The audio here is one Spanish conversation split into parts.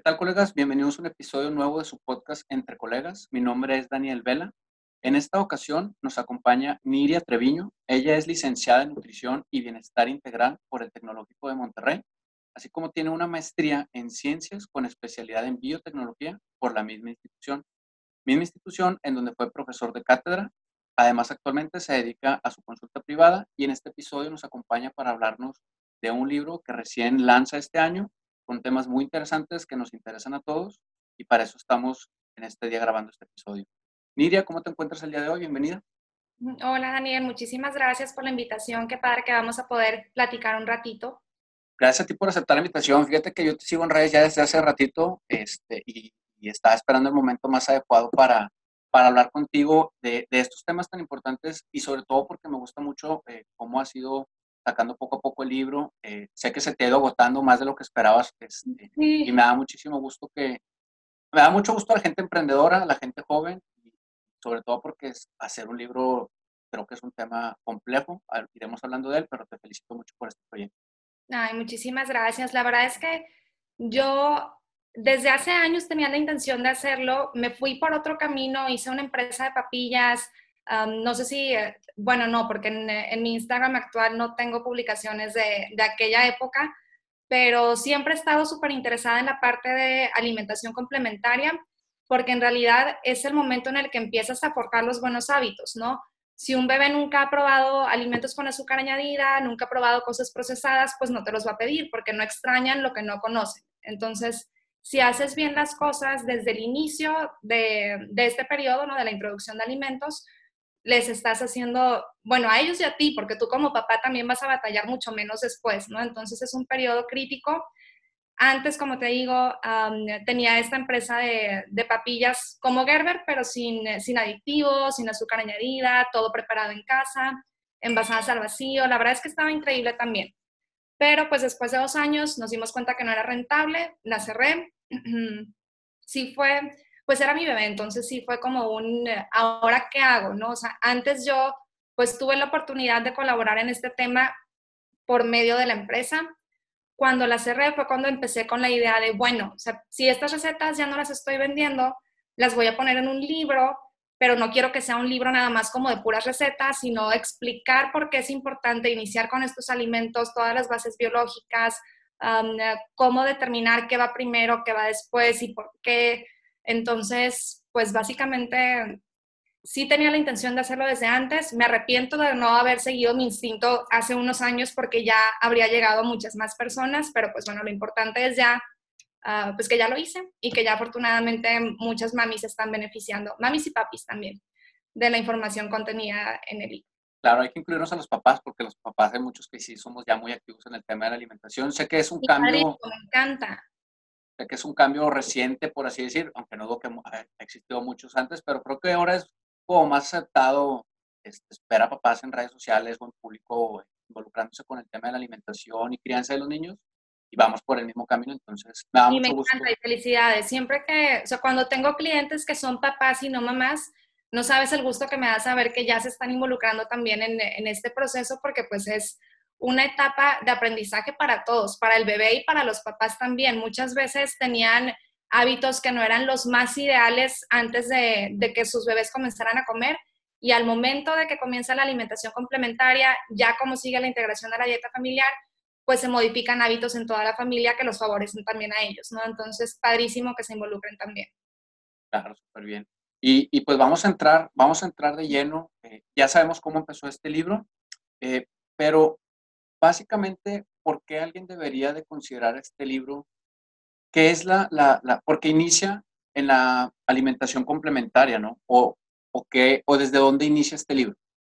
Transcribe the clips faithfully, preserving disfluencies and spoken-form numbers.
tal, colegas? Bienvenidos a un episodio nuevo de su podcast Entre Colegas. Mi nombre es Daniel Vela. En esta ocasión nos acompaña Niria Treviño. Ella es licenciada en Nutrición y Bienestar Integral por el Tecnológico de Monterrey, así como tiene una maestría en Ciencias con especialidad en Biotecnología por la misma institución. Misma institución en donde fue profesor de cátedra. Además, actualmente se dedica a su consulta privada y en este episodio nos acompaña para hablarnos de un libro que recién lanza este año con temas muy interesantes que nos interesan a todos y para eso estamos en este día grabando este episodio. Niria, ¿cómo te encuentras el día de hoy? Bienvenida. Hola Daniel, muchísimas gracias por la invitación. Qué padre que vamos a poder platicar un ratito. Gracias a ti por aceptar la invitación. Fíjate que yo te sigo en redes ya desde hace ratito este, y, y estaba esperando el momento más adecuado para, para hablar contigo de, de estos temas tan importantes y sobre todo porque me gusta mucho eh, cómo has ido sacando poco a poco el libro. Eh, sé que se te ha ido agotando más de lo que esperabas este, y Sí. me da muchísimo gusto que, me da mucho gusto a la gente emprendedora, a la gente joven, y sobre todo porque es, hacer un libro creo que es un tema complejo. A- Iremos hablando de él, pero te felicito mucho por este proyecto. Ay, muchísimas gracias. La verdad es que yo desde hace años tenía la intención de hacerlo. Me fui por otro camino, hice una empresa de papillas. Am, no sé si, eh, bueno, no, porque en, en mi Instagram actual no tengo publicaciones de, de aquella época, pero siempre he estado súper interesada en la parte de alimentación complementaria, porque en realidad es el momento en el que empiezas a forjar los buenos hábitos, ¿no? Si un bebé nunca ha probado alimentos con azúcar añadida, nunca ha probado cosas procesadas, pues no te los va a pedir porque no extrañan lo que no conocen. Entonces, si haces bien las cosas desde el inicio de, de este periodo, ¿no? De la introducción de alimentos, les estás haciendo, bueno, a ellos y a ti, porque tú como papá también vas a batallar mucho menos después, ¿no? Entonces es un periodo crítico. Antes, como te digo, um, tenía esta empresa de, de, papillas como Gerber, pero sin, sin aditivos, sin azúcar añadida, todo preparado en casa, envasadas al vacío. La verdad es que estaba increíble también. Pero pues después de dos años nos dimos cuenta que no era rentable, la cerré. Sí fue, pues era mi bebé, entonces sí fue como un, ¿ahora qué hago? ¿No? O sea, antes yo pues tuve la oportunidad de colaborar en este tema por medio de la empresa. Cuando la cerré fue cuando empecé con la idea de, bueno, o sea, si estas recetas ya no las estoy vendiendo, las voy a poner en un libro, pero no quiero que sea un libro nada más como de puras recetas, sino explicar por qué es importante iniciar con estos alimentos, todas las bases biológicas, um, cómo determinar qué va primero, qué va después y por qué. Entonces, pues básicamente sí tenía la intención de hacerlo desde antes. Me arrepiento de no haber seguido mi instinto hace unos años porque ya habría llegado a muchas más personas, pero pues bueno, lo importante es ya, uh, pues que ya lo hice y que ya afortunadamente muchas mamis están beneficiando, mamis y papis también, de la información contenida en el libro. Claro, hay que incluirnos a los papás porque los papás hay muchos que sí somos ya muy activos en el tema de la alimentación. Sé que es un Mi cambio, padrino, me encanta. sé que es un cambio reciente, por así decir, aunque no dudo que ha existido muchos antes, pero creo que ahora es como más aceptado este, esperar a papás en redes sociales o en público involucrándose con el tema de la alimentación y crianza de los niños y vamos por el mismo camino, entonces me da Y me mucho encanta gusto. y felicidades. Siempre que, o sea, cuando tengo clientes que son papás y no mamás, no sabes el gusto que me da saber que ya se están involucrando también en, en este proceso porque pues es una etapa de aprendizaje para todos, para el bebé y para los papás también. Muchas veces tenían hábitos que no eran los más ideales antes de, de que sus bebés comenzaran a comer y al momento de que comienza la alimentación complementaria, ya como sigue la integración a la dieta familiar, pues se modifican hábitos en toda la familia que los favorecen también a ellos, ¿no? Entonces, padrísimo que se involucren también. Claro, súper bien. Y, y pues vamos a entrar, vamos a entrar de lleno. Eh, ya sabemos cómo empezó este libro, eh, pero básicamente, ¿por qué alguien debería de considerar este libro? ¿Qué es la, la, la porque inicia en la alimentación complementaria, ¿no? O, o, qué, o desde dónde inicia este libro.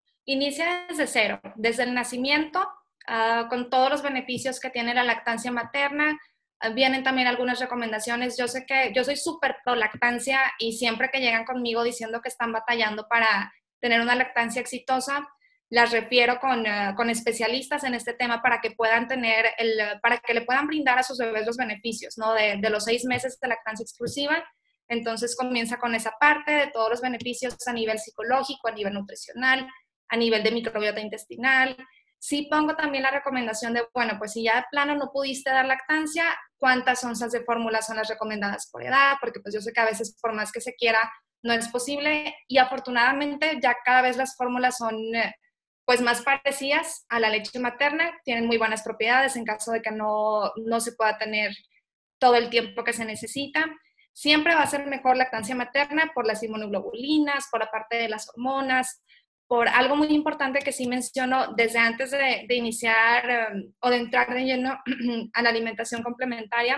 Inicia desde cero, desde el nacimiento, uh, con todos los beneficios que tiene la lactancia materna. Uh, vienen también algunas recomendaciones. Yo sé que yo soy súper pro lactancia y siempre que llegan conmigo diciendo que están batallando para tener una lactancia exitosa, las refiero con, uh, con especialistas en este tema para que puedan tener, el, para que le puedan brindar a sus bebés los beneficios, ¿no? De, de los seis meses de lactancia exclusiva. Entonces comienza con esa parte de todos los beneficios a nivel psicológico, a nivel nutricional, a nivel de microbiota intestinal. sí pongo también la recomendación de, bueno, pues si ya de plano no pudiste dar lactancia, ¿cuántas onzas de fórmula son las recomendadas por edad? Porque pues yo sé que a veces por más que se quiera no es posible y afortunadamente ya cada vez las fórmulas son eh, pues más parecidas a la leche materna, tienen muy buenas propiedades en caso de que no, no se pueda tener todo el tiempo que se necesita. Siempre va a ser mejor lactancia materna por las inmunoglobulinas, por la parte de las hormonas, por algo muy importante que sí menciono desde antes de, de iniciar um, o de entrar de lleno a la alimentación complementaria,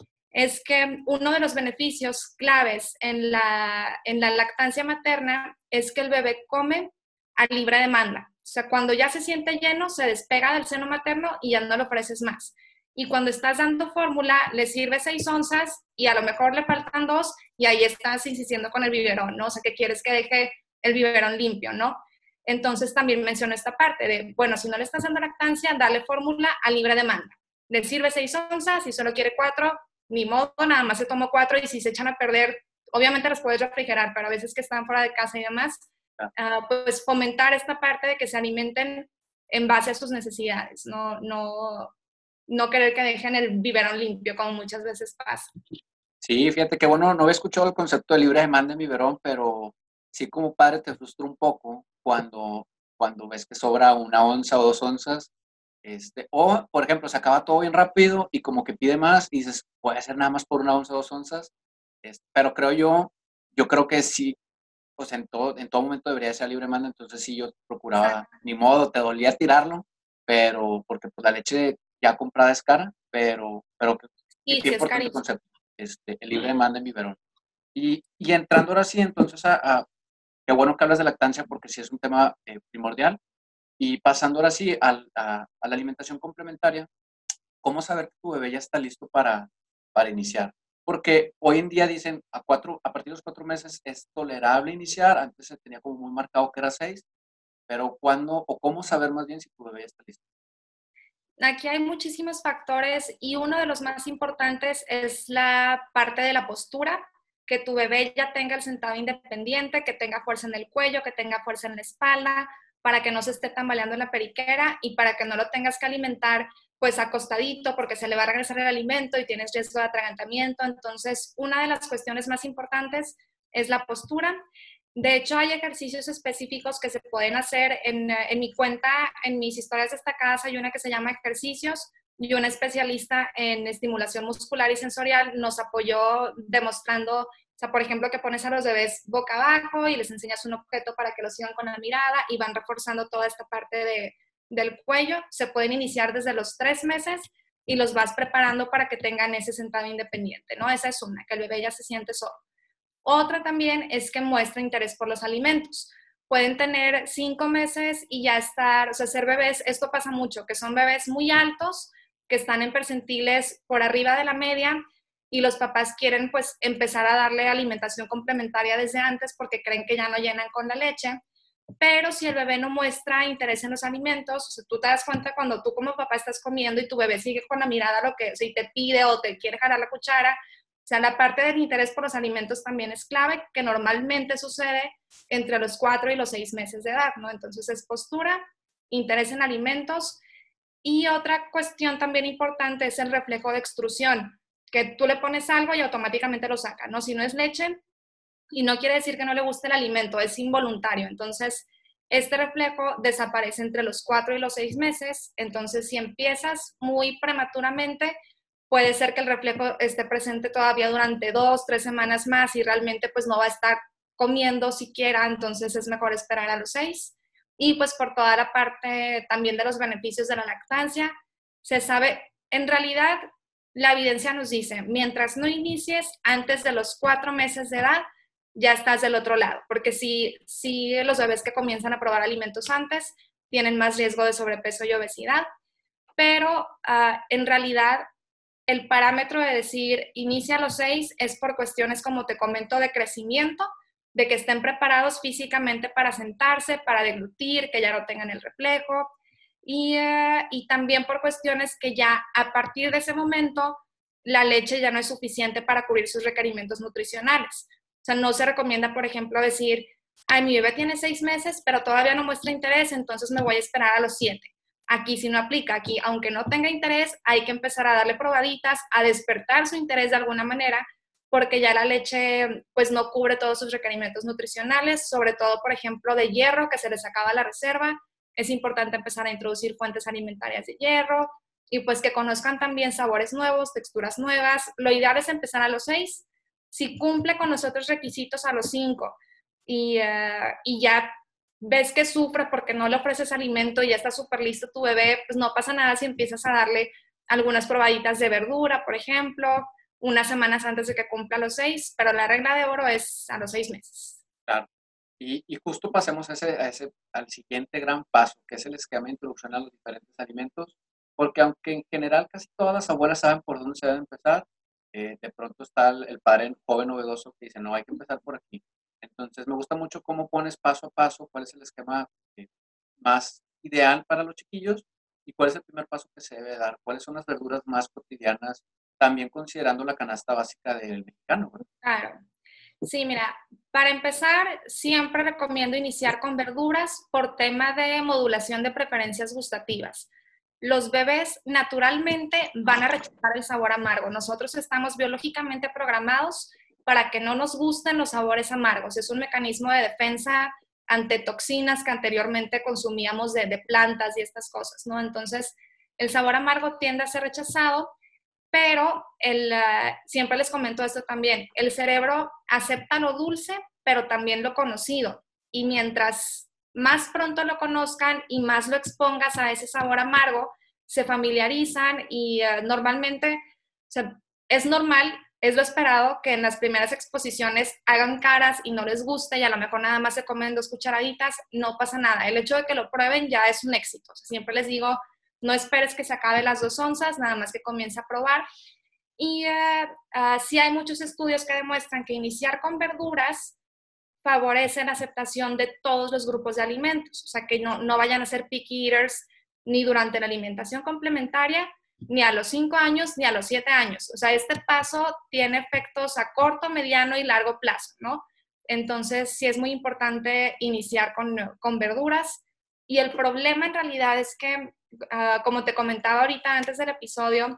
es que uno de los beneficios claves en la, en la lactancia materna es que el bebé come a libre demanda. O sea, cuando ya se siente lleno, se despega del seno materno y ya no le ofreces más. Y cuando estás dando fórmula, le sirve seis onzas y a lo mejor le faltan dos y ahí estás insistiendo con el biberón, ¿no? O sea, que quieres que deje el biberón limpio, ¿no? Entonces también menciono esta parte de, bueno, si no le estás dando lactancia, dale fórmula a libre demanda. Le sirve seis onzas, si solo quiere cuatro, ni modo, nada más se tomó cuatro y si se echan a perder, obviamente las puedes refrigerar, pero a veces que están fuera de casa y demás, uh, pues fomentar esta parte de que se alimenten en base a sus necesidades, no, no, no querer que dejen el biberón limpio, como muchas veces pasa. Sí, fíjate que bueno, no había escuchado el concepto de libre demanda en biberón, pero sí como padre te frustra un poco cuando, cuando ves que sobra una onza o dos onzas. Este, o, por ejemplo, se acaba todo bien rápido y como que pide más y dices, puede ser nada más por una onza o dos onzas. Este, pero creo yo, yo creo que sí, pues en todo, en todo momento debería ser libre demanda, entonces sí yo procuraba, Exacto. ni modo, te dolía tirarlo, pero porque pues la leche ya comprada es cara, pero, pero qué, Y qué si es importante carísimo. concepto, este, el libre demanda en biberón. Y, y entrando ahora sí, entonces, a, a, qué bueno que hablas de lactancia porque sí es un tema eh, primordial. Y pasando ahora sí a, a, a la alimentación complementaria, ¿cómo saber que tu bebé ya está listo para, para iniciar? Porque hoy en día dicen a, cuatro, a partir de los cuatro meses es tolerable iniciar, antes se tenía como muy marcado que era seis, pero ¿cuándo o cómo saber más bien si tu bebé ya está listo? Aquí hay muchísimos factores y uno de los más importantes es la parte de la postura, que tu bebé ya tenga el sentado independiente, que tenga fuerza en el cuello, que tenga fuerza en la espalda, para que no se esté tambaleando en la periquera y para que no lo tengas que alimentar pues acostadito porque se le va a regresar el alimento y tienes riesgo de atragantamiento. Entonces, una de las cuestiones más importantes es la postura. De hecho, hay ejercicios específicos que se pueden hacer en, en mi cuenta, en mis historias destacadas hay una que se llama ejercicios y una especialista en estimulación muscular y sensorial nos apoyó demostrando, o sea, por ejemplo, que pones a los bebés boca abajo y les enseñas un objeto para que lo sigan con la mirada y van reforzando toda esta parte de, del cuello. Se pueden iniciar desde los tres meses y los vas preparando para que tengan ese sentado independiente, ¿no? Esa es una, que el bebé ya se siente solo. Otra también es que muestra interés por los alimentos. Pueden tener cinco meses y ya estar, o sea, ser bebés, esto pasa mucho, que son bebés muy altos, que están en percentiles por arriba de la media y los papás quieren pues empezar a darle alimentación complementaria desde antes porque creen que ya no llenan con la leche. Pero si el bebé no muestra interés en los alimentos, o sea, tú te das cuenta cuando tú como papá estás comiendo y tu bebé sigue con la mirada lo que, si te pide o te quiere jalar la cuchara, o sea, la parte del interés por los alimentos también es clave, que normalmente sucede entre los cuatro y los seis meses de edad, ¿no? Entonces es postura, interés en alimentos y otra cuestión también importante es el reflejo de extrusión, que tú le pones algo y automáticamente lo saca, ¿no? Si no es leche y no quiere decir que no le guste el alimento, es involuntario. Entonces, este reflejo desaparece entre los cuatro y los seis meses. Entonces, si empiezas muy prematuramente, puede ser que el reflejo esté presente todavía durante dos, tres semanas más y realmente pues no va a estar comiendo siquiera, entonces es mejor esperar a los seis. Y pues por toda la parte también de los beneficios de la lactancia, se sabe, en realidad la evidencia nos dice, mientras no inicies antes de los cuatro meses de edad, ya estás del otro lado, porque si, si los bebés que comienzan a probar alimentos antes tienen más riesgo de sobrepeso y obesidad, pero uh, en realidad el parámetro de decir inicia a los seis es por cuestiones, como te comento, de crecimiento, de que estén preparados físicamente para sentarse, para deglutir, que ya no tengan el reflejo, y, uh, y también por cuestiones que ya a partir de ese momento la leche ya no es suficiente para cubrir sus requerimientos nutricionales. O sea, no se recomienda, por ejemplo, decir, ay, mi bebé tiene seis meses, pero todavía no muestra interés, entonces me voy a esperar a los siete. Aquí sí no aplica, aquí aunque no tenga interés, hay que empezar a darle probaditas, a despertar su interés de alguna manera, porque ya la leche pues no cubre todos sus requerimientos nutricionales, sobre todo, por ejemplo, de hierro, que se les acaba la reserva. Es importante empezar a introducir fuentes alimentarias de hierro y pues que conozcan también sabores nuevos, texturas nuevas. Lo ideal es empezar a los seis, si cumple con los otros requisitos a los cinco y, uh, y ya ves que sufre porque no le ofreces alimento y ya está súper listo tu bebé, pues no pasa nada si empiezas a darle algunas probaditas de verdura, por ejemplo, unas semanas antes de que cumpla los seis, pero la regla de oro es a los seis meses. Claro. Y, y justo pasemos a ese, a ese, al siguiente gran paso, que es el esquema de introducción a los diferentes alimentos, porque aunque en general casi todas las abuelas saben por dónde se debe empezar, eh, de pronto está el, el padre joven novedoso que dice, no, hay que empezar por aquí. Entonces me gusta mucho cómo pones paso a paso cuál es el esquema eh, más ideal para los chiquillos y cuál es el primer paso que se debe dar, cuáles son las verduras más cotidianas, también considerando la canasta básica del mexicano, ¿verdad? Claro. Sí, mira, para empezar, siempre recomiendo iniciar con verduras por tema de modulación de preferencias gustativas. Los bebés naturalmente van a rechazar el sabor amargo. Nosotros estamos biológicamente programados para que no nos gusten los sabores amargos. Es un mecanismo de defensa ante toxinas que anteriormente consumíamos de, de plantas y estas cosas, ¿no? Entonces, el sabor amargo tiende a ser rechazado, pero el, uh, siempre les comento esto también, el cerebro acepta lo dulce, pero también lo conocido. Y mientras más pronto lo conozcan y más lo expongas a ese sabor amargo, se familiarizan y uh, normalmente, o sea, es normal, es lo esperado que en las primeras exposiciones hagan caras y no les guste y a lo mejor nada más se comen dos cucharaditas, no pasa nada. El hecho de que lo prueben ya es un éxito. O sea, siempre les digo, no esperes que se acabe las dos onzas, nada más que comience a probar. Y uh, uh, sí hay muchos estudios que demuestran que iniciar con verduras favorece la aceptación de todos los grupos de alimentos, o sea, que no, no vayan a ser picky eaters ni durante la alimentación complementaria, ni a los cinco años, ni a los siete años. O sea, este paso tiene efectos a corto, mediano y largo plazo, ¿no? Entonces, sí es muy importante iniciar con, con verduras. Y el problema en realidad es que, uh, como te comentaba ahorita antes del episodio,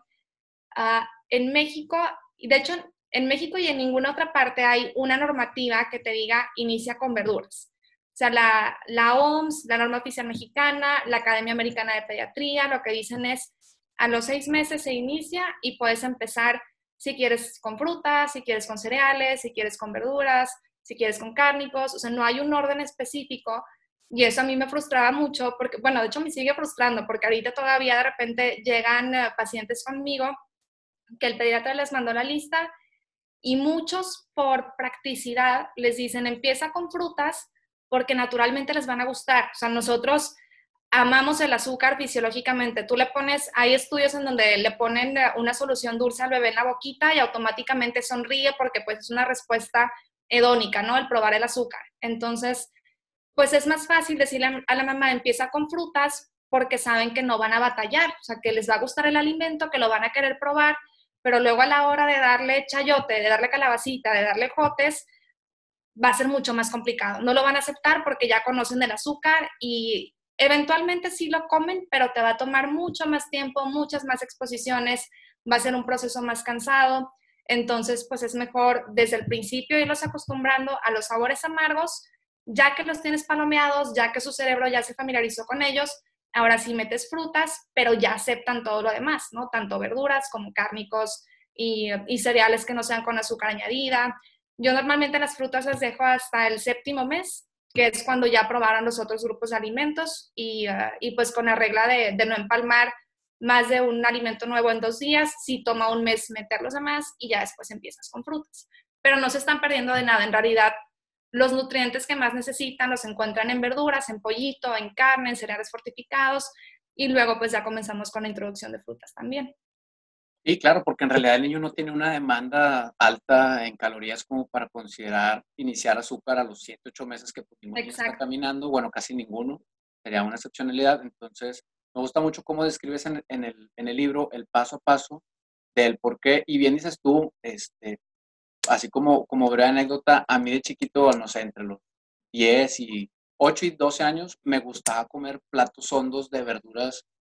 uh, en México, y de hecho en México y en ninguna otra parte hay una normativa que te diga inicia con verduras. O sea, la, la O M S, la norma oficial mexicana, la Academia Americana de Pediatría, lo que dicen es a los seis meses se inicia y puedes empezar si quieres con frutas, si quieres con cereales, si quieres con verduras, si quieres con cárnicos. O sea, no hay un orden específico. Y eso a mí me frustraba mucho, porque, bueno, de hecho me sigue frustrando, porque ahorita todavía de repente llegan uh, pacientes conmigo que el pediatra les mandó la lista y muchos por practicidad les dicen empieza con frutas porque naturalmente les van a gustar. O sea, nosotros amamos el azúcar fisiológicamente. Tú le pones, hay estudios en donde le ponen una solución dulce al bebé en la boquita y automáticamente sonríe porque pues es una respuesta hedónica, ¿no? El probar el azúcar. Entonces, pues es más fácil decirle a la mamá empieza con frutas porque saben que no van a batallar, o sea, que les va a gustar el alimento, que lo van a querer probar, pero luego a la hora de darle chayote, de darle calabacita, de darle jotes, va a ser mucho más complicado. No lo van a aceptar porque ya conocen del azúcar y eventualmente sí lo comen, pero te va a tomar mucho más tiempo, muchas más exposiciones, va a ser un proceso más cansado. Entonces, pues es mejor desde el principio irlos acostumbrando a los sabores amargos, ya que los tienes palomeados, ya que su cerebro ya se familiarizó con ellos. Ahora sí metes frutas, pero ya aceptan todo lo demás, ¿no? Tanto verduras como cárnicos y, y cereales que no sean con azúcar añadida. Yo normalmente las frutas las dejo hasta el séptimo mes, que es cuando ya probaron los otros grupos de alimentos y, uh, y pues con la regla de, de no empalmar más de un alimento nuevo en dos días, sí toma un mes meter los demás y ya después empiezas con frutas. Pero no se están perdiendo de nada, en realidad los nutrientes que más necesitan los encuentran en verduras, en pollito, en carne, en cereales fortificados y luego pues ya comenzamos con la introducción de frutas también. Sí, claro, porque en realidad el niño no tiene una demanda alta en calorías como para considerar iniciar azúcar a los siete, ocho meses que pues, ningún niño está caminando, bueno, casi ninguno, sería una excepcionalidad. Entonces, me gusta mucho cómo describes en, en, el, en el libro el paso a paso del por qué, y bien dices tú, este, así como, como breve anécdota, a mí de chiquito, no sé, entre los diez y ocho y doce años, me gustaba comer platos hondos de verduras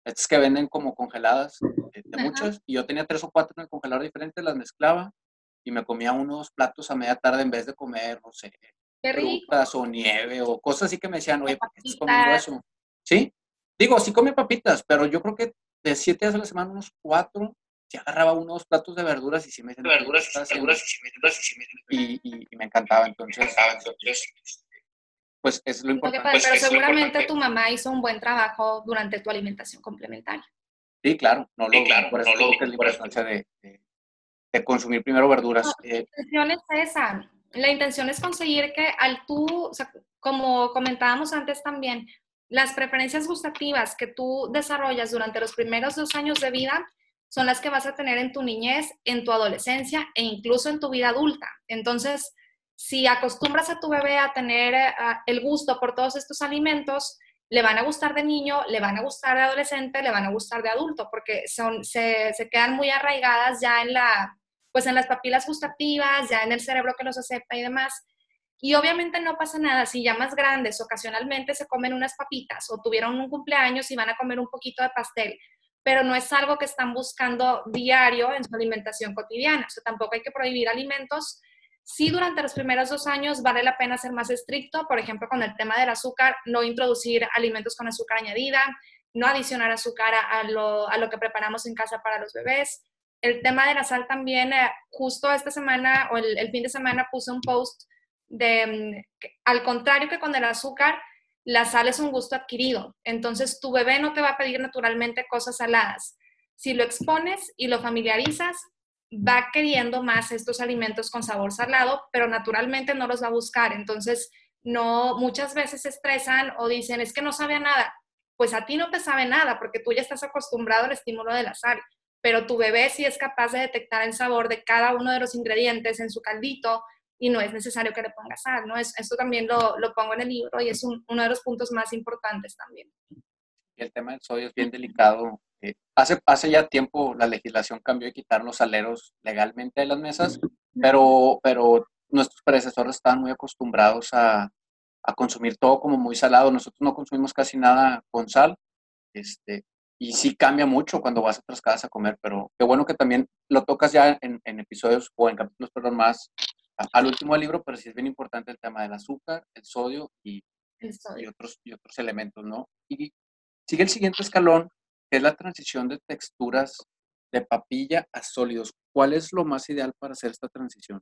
estas que venden como congeladas, de, de Ajá. muchas, y yo tenía tres o cuatro en el congelador diferentes, las mezclaba y me comía unos platos a media tarde en vez de comer, no sé, Qué rico. frutas o nieve o cosas así que me decían, O oye, ¿por qué estás comiendo papitas. eso? ¿Sí? Digo, sí comía papitas, pero yo creo que de siete días a la semana, unos cuatro, si agarraba unos platos de verduras y sí me decían, ¿qué verduras, estás haciendo? verduras y verduras y Y, y, y me encantaba, entonces, entonces, pues es lo No, qué importante. padre, pues pero es lo seguramente importante. tu mamá hizo un buen trabajo durante tu alimentación complementaria. Sí, claro, no lo Sí, dudo, claro, por eso no lo digo que es digo, la por eso. importancia de, de, de consumir primero No, verduras. la Eh, intención es esa. La intención es conseguir que al tú, o sea, como comentábamos antes también, las preferencias gustativas que tú desarrollas durante los primeros dos años de vida son las que vas a tener en tu niñez, en tu adolescencia e incluso en tu vida adulta. Entonces, si acostumbras a tu bebé a tener eh, a- el gusto por todos estos alimentos, le van a gustar de niño, le van a gustar de adolescente, le van a gustar de adulto, porque son, se, se quedan muy arraigadas ya en la, pues en las papilas gustativas, ya en el cerebro que los acepta y demás. Y obviamente no pasa nada si ya más grandes ocasionalmente se comen unas papitas o tuvieron un cumpleaños y van a comer un poquito de pastel, pero no es algo que están buscando diario en su alimentación cotidiana. O sea, tampoco hay que prohibir alimentos. Sí, durante los primeros dos años vale la pena ser más estricto, por ejemplo, con el tema del azúcar, no introducir alimentos con azúcar añadida, no adicionar azúcar a, a, lo, a lo que preparamos en casa para los bebés. El tema de la sal también, eh, justo esta semana o el, el, fin de semana puse un post de, que, al contrario que con el azúcar, la sal es un gusto adquirido. Entonces, tu bebé no te va a pedir naturalmente cosas saladas. Si lo expones y lo familiarizas, va queriendo más estos alimentos con sabor salado, pero naturalmente no los va a buscar. Entonces, no, muchas veces se estresan o dicen, es que no sabe a nada. Pues a ti no te sabe nada porque tú ya estás acostumbrado al estímulo de la sal, pero tu bebé sí es capaz de detectar el sabor de cada uno de los ingredientes en su caldito y no es necesario que le pongas sal, ¿no? Es, esto también lo, lo pongo en el libro y es un, uno de los puntos más importantes también. el tema del sodio es bien delicado. Eh, hace, hace ya tiempo la legislación cambió de quitar los aleros legalmente de las mesas, pero, pero nuestros predecesores estaban muy acostumbrados a, a consumir todo como muy salado. Nosotros no consumimos casi nada con sal, este, y sí cambia mucho cuando vas a otras casas a comer, pero qué bueno que también lo tocas ya en, en episodios o en capítulos, perdón, más a, al último del libro, pero sí es bien importante el tema del azúcar, el sodio y, El y, sodio. otros, y otros elementos, ¿no? Y sigue el siguiente escalón, que es la transición de texturas de papilla a sólidos. ¿Cuál es lo más ideal para hacer esta transición?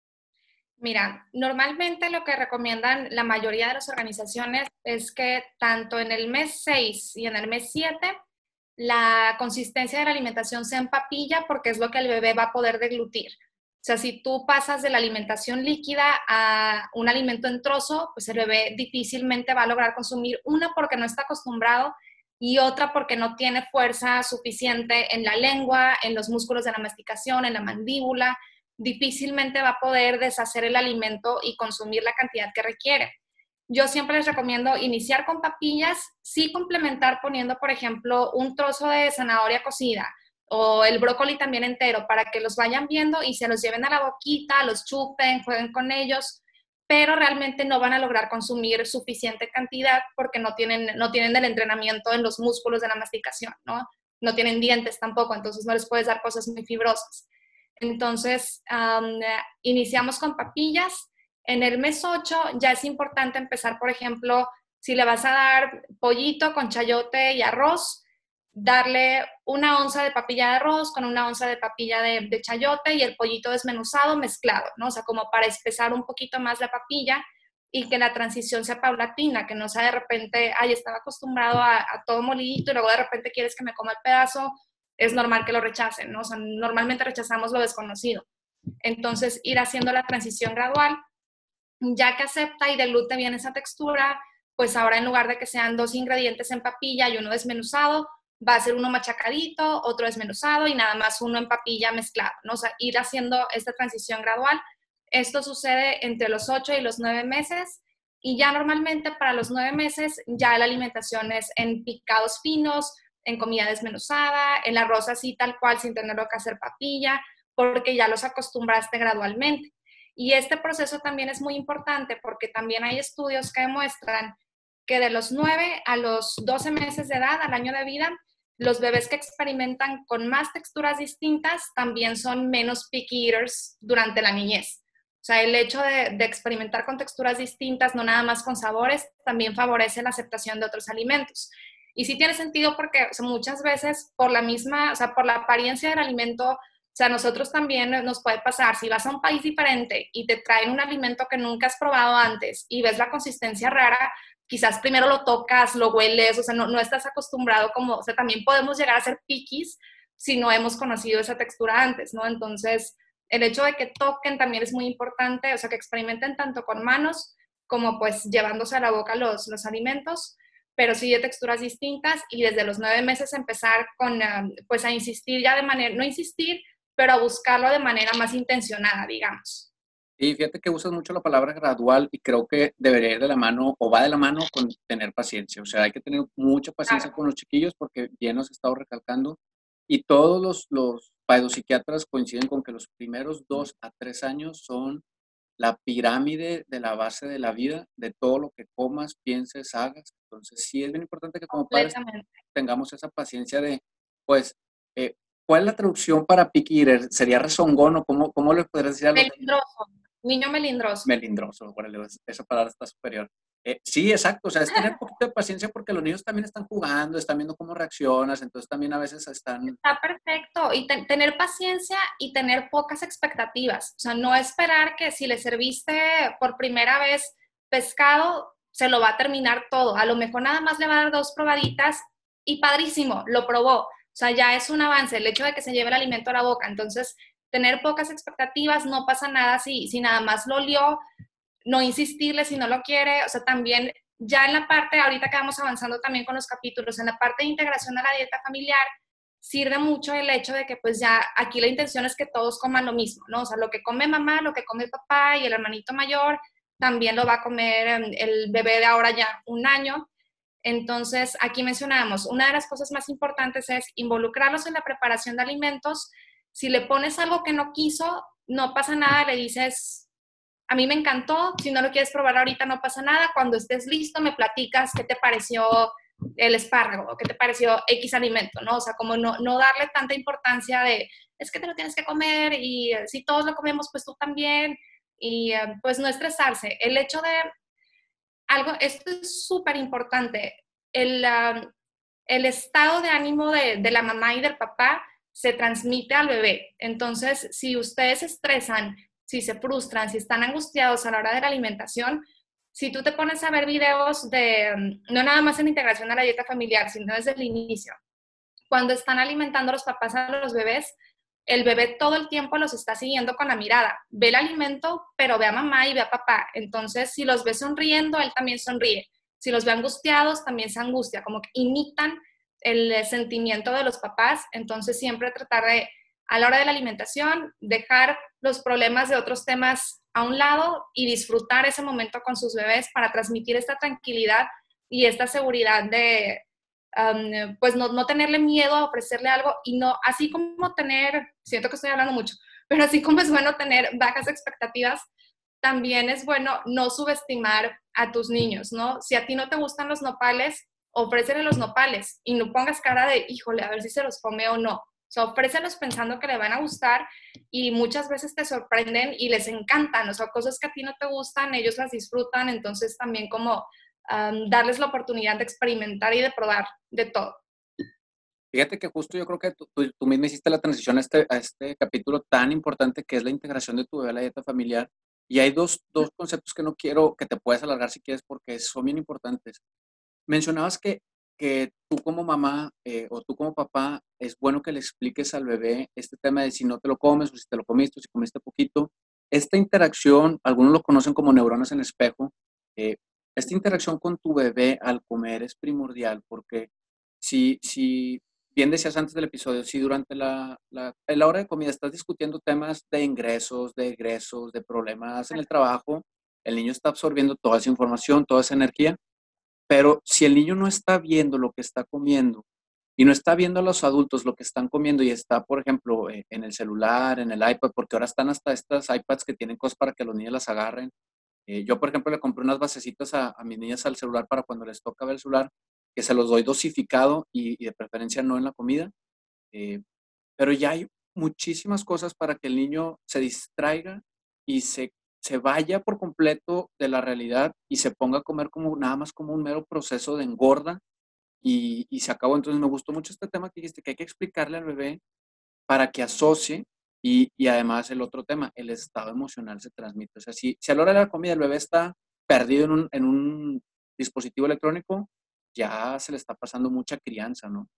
Mira, normalmente lo que recomiendan la mayoría de las organizaciones es que tanto en el mes seis y en el mes siete la consistencia de la alimentación sea en papilla porque es lo que el bebé va a poder deglutir. O sea, si tú pasas de la alimentación líquida a un alimento en trozo, pues el bebé difícilmente va a lograr consumir una porque no está acostumbrado y otra porque no tiene fuerza suficiente en la lengua, en los músculos de la masticación, en la mandíbula. Difícilmente va a poder deshacer el alimento y consumir la cantidad que requiere. Yo siempre les recomiendo iniciar con papillas, sí complementar poniendo, por ejemplo, un trozo de zanahoria cocida o el brócoli también entero para que los vayan viendo y se los lleven a la boquita, los chupen, jueguen con ellos, pero realmente no van a lograr consumir suficiente cantidad porque no tienen, no tienen el entrenamiento en los músculos de la masticación, ¿no? No tienen dientes tampoco, entonces no les puedes dar cosas muy fibrosas. Entonces, um, iniciamos con papillas. En el mes ocho ya es importante empezar, por ejemplo, si le vas a dar pollito con chayote y arroz, darle una onza de papilla de arroz con una onza de papilla de, de chayote y el pollito desmenuzado mezclado, ¿no? O sea, como para espesar un poquito más la papilla y que la transición sea paulatina, que no sea de repente, ay, estaba acostumbrado a, a todo molidito y luego de repente quieres que me coma el pedazo, es normal que lo rechacen, ¿no? O sea, normalmente rechazamos lo desconocido. Entonces, ir haciendo la transición gradual, ya que acepta y dilute bien esa textura, pues ahora en lugar de que sean dos ingredientes en papilla y uno desmenuzado, va a ser uno machacadito, otro desmenuzado y nada más uno en papilla mezclado, ¿no? O sea, ir haciendo esta transición gradual. Esto sucede entre los ocho y los nueve meses y ya normalmente para los nueve meses ya la alimentación es en picados finos, en comida desmenuzada, en arroz así tal cual sin tenerlo que hacer papilla, porque ya los acostumbraste gradualmente. Y este proceso también es muy importante porque también hay estudios que demuestran que de los nueve a los doce meses de edad, al año de vida, los bebés que experimentan con más texturas distintas también son menos picky eaters durante la niñez. O sea, el hecho de, de experimentar con texturas distintas, no nada más con sabores, también favorece la aceptación de otros alimentos. Y sí tiene sentido porque, o sea, muchas veces por la misma, o sea, por la apariencia del alimento, o sea, nosotros también nos puede pasar, si vas a un país diferente y te traen un alimento que nunca has probado antes y ves la consistencia rara, quizás primero lo tocas, lo hueles, o sea, no, no estás acostumbrado como, o sea, también podemos llegar a ser piquis si no hemos conocido esa textura antes, ¿no? Entonces, el hecho de que toquen también es muy importante, o sea, que experimenten tanto con manos como pues llevándose a la boca los, los alimentos, pero sí de texturas distintas y desde los nueve meses empezar con, um, pues a insistir ya de manera, no insistir, pero a buscarlo de manera más intencionada, digamos. Y fíjate que usas mucho la palabra gradual y creo que debería ir de la mano o va de la mano con tener paciencia. O sea, hay que tener mucha paciencia Claro. con los chiquillos porque bien nos he estado recalcando y todos los, los psiquiatras coinciden con que los primeros dos a tres años son la pirámide de la base de la vida, de todo lo que comas, pienses, hagas. Entonces, sí es bien importante que como padres Completamente. tengamos esa paciencia de, pues, eh, ¿cuál es la traducción para picky eater? ¿Sería rezongón o cómo, cómo le podrías decir a los Melindroso, niño melindroso. melindrosos? Órale, esa palabra está superior. Eh, sí, exacto, o sea, es tener un poquito de paciencia porque los niños también están jugando, están viendo cómo reaccionas, entonces también a veces están... Está perfecto. Y te- tener paciencia y tener pocas expectativas. O sea, no esperar que si le serviste por primera vez pescado, se lo va a terminar todo. A lo mejor nada más le va a dar dos probaditas y padrísimo, lo probó. O sea, ya es un avance el hecho de que se lleve el alimento a la boca. Entonces, tener pocas expectativas, no pasa nada si, si nada más lo olió, no insistirle si no lo quiere. O sea, también ya en la parte, ahorita que vamos avanzando también con los capítulos, en la parte de integración a la dieta familiar, sirve mucho el hecho de que pues ya aquí la intención es que todos coman lo mismo, ¿no? O sea, lo que come mamá, lo que come papá y el hermanito mayor, también lo va a comer el bebé de ahora ya un año. Entonces, aquí mencionamos, una de las cosas más importantes es involucrarlos en la preparación de alimentos. Si le pones algo que no quiso, no pasa nada, le dices, a mí me encantó, si no lo quieres probar ahorita no pasa nada, cuando estés listo me platicas qué te pareció el espárrago, qué te pareció X alimento, ¿no? O sea, como no, no darle tanta importancia de, es que te lo tienes que comer y uh, si todos lo comemos, pues tú también, y uh, pues no estresarse. El hecho de, algo, esto es súper importante, el, uh, el estado de ánimo de, de la mamá y del papá se transmite al bebé. Entonces, si ustedes se estresan, si se frustran, si están angustiados a la hora de la alimentación, si tú te pones a ver videos de, no nada más en integración a la dieta familiar, sino desde el inicio, cuando están alimentando los papás a los bebés, el bebé todo el tiempo los está siguiendo con la mirada. Ve el alimento, pero ve a mamá y ve a papá. Entonces, si los ve sonriendo, él también sonríe. Si los ve angustiados, también se angustia, como que imitan el sentimiento de los papás. Entonces, siempre tratar de, a la hora de la alimentación, dejar los problemas de otros temas a un lado y disfrutar ese momento con sus bebés para transmitir esta tranquilidad y esta seguridad de, um, pues no, no tenerle miedo a ofrecerle algo y no, así como tener, siento que estoy hablando mucho, pero así como es bueno tener bajas expectativas, también es bueno no subestimar a tus niños, ¿no? Si a ti no te gustan los nopales, ofrécele los nopales y no pongas cara de, híjole, a ver si se los come o no. O sea, ofrécelos pensando que le van a gustar y muchas veces te sorprenden y les encantan. O sea, cosas que a ti no te gustan, ellos las disfrutan. Entonces también como um, darles la oportunidad de experimentar y de probar de todo. Fíjate que justo yo creo que tú, tú, tú misma hiciste la transición a este, a este capítulo tan importante que es la integración de tu bebé a la dieta familiar. Y hay dos, dos conceptos que no quiero que te puedas alargar si quieres porque son bien importantes. Mencionabas que, que tú como mamá eh, o tú como papá es bueno que le expliques al bebé este tema de si no te lo comes o si te lo comiste o si comiste poquito. Esta interacción, algunos lo conocen como neuronas en espejo, eh, esta interacción con tu bebé al comer es primordial porque si, si bien decías antes del episodio, si durante la, la, la hora de comida estás discutiendo temas de ingresos, de egresos, de problemas en el trabajo, el niño está absorbiendo toda esa información, toda esa energía, pero si el niño no está viendo lo que está comiendo y no está viendo a los adultos lo que están comiendo y está, por ejemplo, eh, en el celular, en el iPad, porque ahora están hasta estas iPads que tienen cosas para que los niños las agarren. Eh, yo, por ejemplo, le compré unas basecitas a, a mis niñas al celular para cuando les toca ver el celular, que se los doy dosificado y, y de preferencia no en la comida. Eh, pero ya hay muchísimas cosas para que el niño se distraiga y se, se vaya por completo de la realidad y se ponga a comer como nada más como un mero proceso de engorda y, y se acabó. Entonces me gustó mucho este tema que dijiste, que hay que explicarle al bebé para que asocie y, y además el otro tema, el estado emocional se transmite. O sea, si, si a la hora de la comida el bebé está perdido en un, en un dispositivo electrónico, ya se le está pasando mucha crianza, ¿no?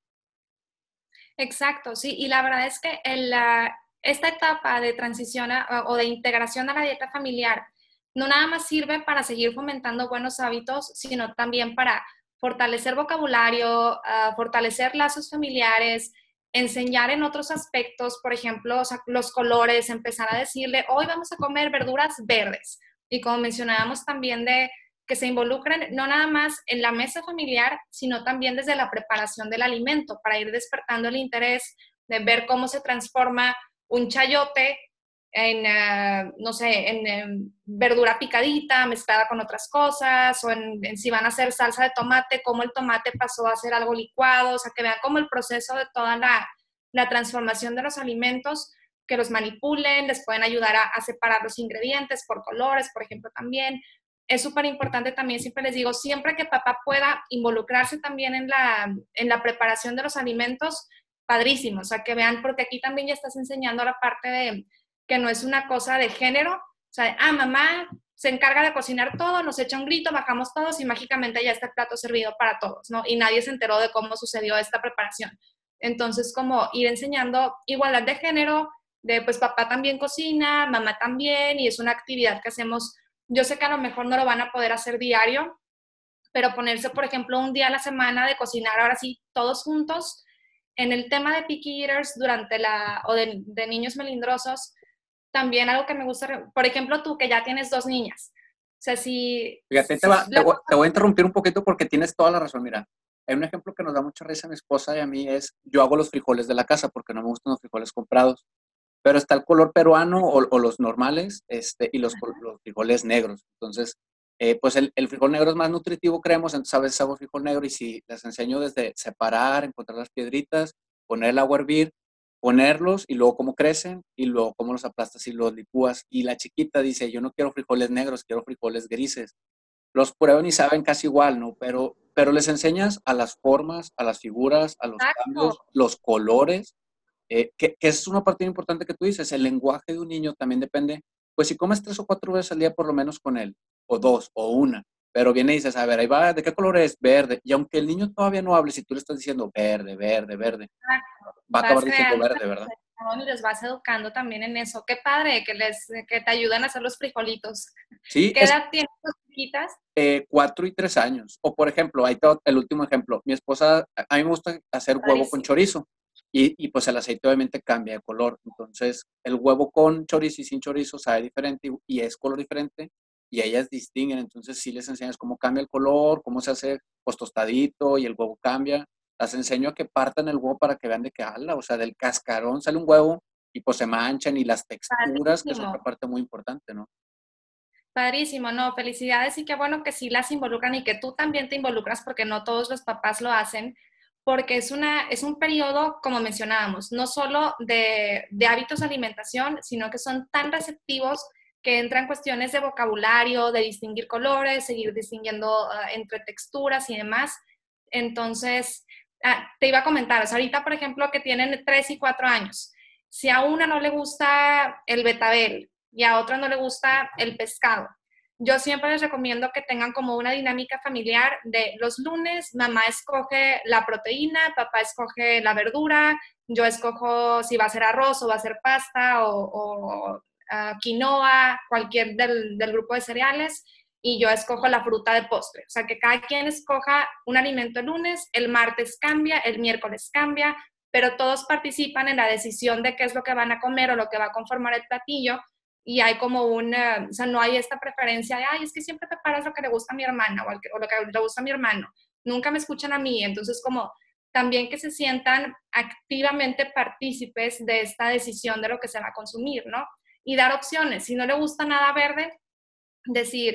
Exacto, sí, y la verdad es que en la, esta etapa de transición a, o de integración a la dieta familiar no nada más sirve para seguir fomentando buenos hábitos, sino también para fortalecer vocabulario, uh, fortalecer lazos familiares, enseñar en otros aspectos, por ejemplo, o sea, los colores, empezar a decirle, hoy vamos a comer verduras verdes. Y como mencionábamos también de que se involucren no nada más en la mesa familiar, sino también desde la preparación del alimento, para ir despertando el interés de ver cómo se transforma un chayote en, uh, no sé, en, en, verdura picadita mezclada con otras cosas, o en, en si van a hacer salsa de tomate, cómo el tomate pasó a ser algo licuado, o sea, que vean como el proceso de toda la, la transformación de los alimentos, que los manipulen, les pueden ayudar a, a separar los ingredientes por colores, por ejemplo, también. Es súper importante también, siempre les digo, siempre que papá pueda involucrarse también en la, en la preparación de los alimentos, padrísimo, o sea, que vean, porque aquí también ya estás enseñando la parte de que no es una cosa de género, o sea, ah, mamá se encarga de cocinar todo, nos echa un grito, bajamos todos y mágicamente ya está el plato servido para todos, ¿no? Y nadie se enteró de cómo sucedió esta preparación. Entonces, como ir enseñando igualdad de género, de pues papá también cocina, mamá también, y es una actividad que hacemos. Yo sé que a lo mejor no lo van a poder hacer diario, pero ponerse, por ejemplo, un día a la semana de cocinar ahora sí todos juntos. En el tema de picky eaters durante la, o de, de niños melindrosos, también algo que me gusta, por ejemplo, tú que ya tienes dos niñas. O sea, si... Fíjate, te, si va, te, le, voy, te voy a interrumpir un poquito porque tienes toda la razón. Mira, hay un ejemplo que nos da mucha risa a mi esposa y a mí es, yo hago los frijoles de la casa porque no me gustan los frijoles comprados, pero está el color peruano o, o los normales este, y los, los frijoles negros. Entonces, eh, pues el, el frijol negro es más nutritivo, creemos, entonces a veces hago frijol negro y si les enseño desde separar, encontrar las piedritas, poner el agua a hervir, ponerlos y luego cómo crecen y luego cómo los aplastas y los licúas. Y la chiquita dice, yo no quiero frijoles negros, quiero frijoles grises. Los prueban y saben casi igual, ¿no? Pero, pero les enseñas a las formas, a las figuras, a los exacto, cambios, los colores, eh, que, que es una parte importante que tú dices, el lenguaje de un niño también depende, pues si comes tres o cuatro veces al día por lo menos con él, o dos, o una, pero viene y dices, a ver, ahí va, ¿de qué color es? Verde. Y aunque el niño todavía no hable, si tú le estás diciendo verde, verde, verde, exacto. va a acabar Vas diciendo creando verde, ¿verdad? y les vas educando también en eso. Qué padre que, les, que te ayuden a hacer los frijolitos. Sí, ¿Qué es edad tienen tus chiquitas? eh, cuatro y tres años. O por ejemplo, ahí está el último ejemplo. Mi esposa, a mí me gusta hacer huevo con Padrísimo. chorizo y, y pues el aceite obviamente cambia de color. Entonces, el huevo con chorizo y sin chorizo sabe diferente y, y es color diferente y ellas distinguen. Entonces, sí les enseñas cómo cambia el color, cómo se hace pues tostadito y el huevo cambia. Las enseño a que partan el huevo para que vean de qué habla. O sea, del cascarón sale un huevo y pues se manchan y las texturas, que es otra Padrísimo. parte muy importante, ¿no? Padrísimo, no, felicidades y qué bueno que sí las involucran y que tú también te involucras porque no todos los papás lo hacen, porque es, una, es un periodo, como mencionábamos, no solo de, de hábitos de alimentación, sino que son tan receptivos que entran cuestiones de vocabulario, de distinguir colores, seguir distinguiendo uh, entre texturas y demás. Entonces, ah, te iba a comentar, o sea, ahorita, por ejemplo, que tienen tres y cuatro años, si a una no le gusta el betabel, y a otra no le gusta el pescado. Yo siempre les recomiendo que tengan como una dinámica familiar de los lunes, mamá escoge la proteína, papá escoge la verdura, yo escojo si va a ser arroz o va a ser pasta o, o uh, quinoa, cualquier del, del grupo de cereales, y yo escojo la fruta de postre. O sea, que cada quien escoja un alimento el lunes, el martes cambia, el miércoles cambia, pero todos participan en la decisión de qué es lo que van a comer o lo que va a conformar el platillo y hay como una, o sea, no hay esta preferencia de, ay, es que siempre preparas lo que le gusta a mi hermana o, que, o lo que le gusta a mi hermano. Nunca me escuchan a mí, entonces como también que se sientan activamente partícipes de esta decisión de lo que se va a consumir, ¿no? Y dar opciones. Si no le gusta nada verde, decir,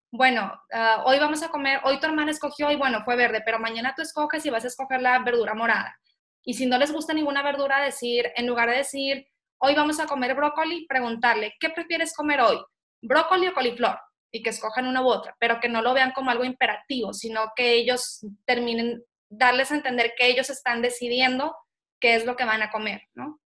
bueno, uh, hoy vamos a comer, hoy tu hermana escogió y bueno, fue verde, pero mañana tú escoges y vas a escoger la verdura morada. Y si no les gusta ninguna verdura, decir, en lugar de decir, hoy vamos a comer brócoli, preguntarle, ¿qué prefieres comer hoy? ¿Brócoli o coliflor? Y que escojan una u otra, pero que no lo vean como algo imperativo, sino que ellos terminen, darles a entender que ellos están decidiendo qué es lo que van a comer, ¿no?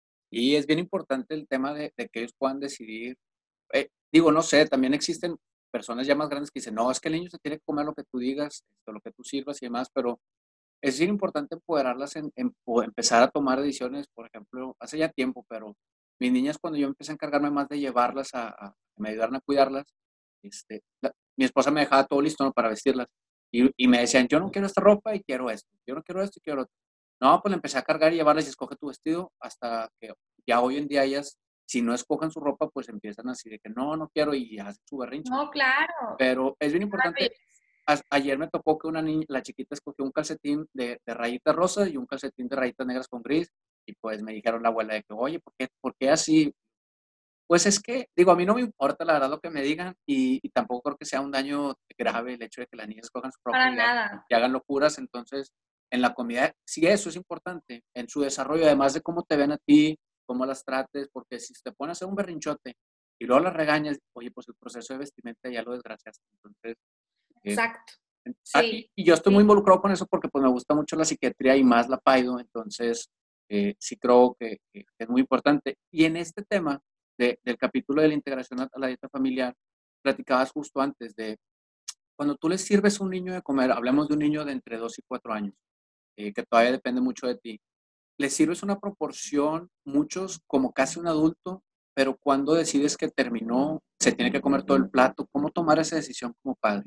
Y es bien importante el tema de, de que ellos puedan decidir. Eh, digo, no sé, también existen personas ya más grandes que dicen, no, es que el niño se tiene que comer lo que tú digas, esto, lo que tú sirvas y demás, pero es bien importante empoderarlas en, en- o empezar a tomar decisiones. Por ejemplo, hace ya tiempo, pero mis niñas, cuando yo empecé a encargarme más de llevarlas a, a que me ayudaran a cuidarlas, este, la- mi esposa me dejaba todo listo, ¿no?, para vestirlas. Y, y me decían, yo no quiero esta ropa y quiero esto, yo no quiero esto y quiero otro. No, pues le empecé a cargar y llevarles y escoge tu vestido hasta que ya hoy en día ellas, si no escogen su ropa, pues empiezan así de que no, no quiero y hacen su berrinche. No, claro. Pero es bien importante. A- ayer me tocó que una niña, la chiquita, escogió un calcetín de, de rayitas rosas y un calcetín de rayitas negras con gris. Y pues me dijeron la abuela de que, oye, ¿por qué, por qué así? Pues es que, digo, a mí no me importa la verdad lo que me digan y, y tampoco creo que sea un daño grave el hecho de que las niñas escojan su ropa Para y, ha- nada. y hagan locuras. Entonces, en la comida, sí, eso es importante, en su desarrollo, además de cómo te ven a ti, cómo las trates, porque si te pones a hacer un berrinchote y luego las regañas, oye, pues el proceso de vestimenta ya lo desgraciaste. Entonces, eh, Exacto. Ah, y, Sí, y yo estoy muy sí. involucrado con eso porque pues me gusta mucho la psiquiatría y más la PAIDO, entonces eh, sí creo que, que es muy importante. Y en este tema de- del capítulo de la integración a la dieta familiar, platicabas justo antes de cuando tú le sirves a un niño de comer, hablemos de un niño de entre dos y cuatro años, eh, que todavía depende mucho de ti, le sirves una proporción, muchos como casi un adulto, pero cuando decides que terminó, se tiene que comer todo el plato, ¿cómo tomar esa decisión como padre?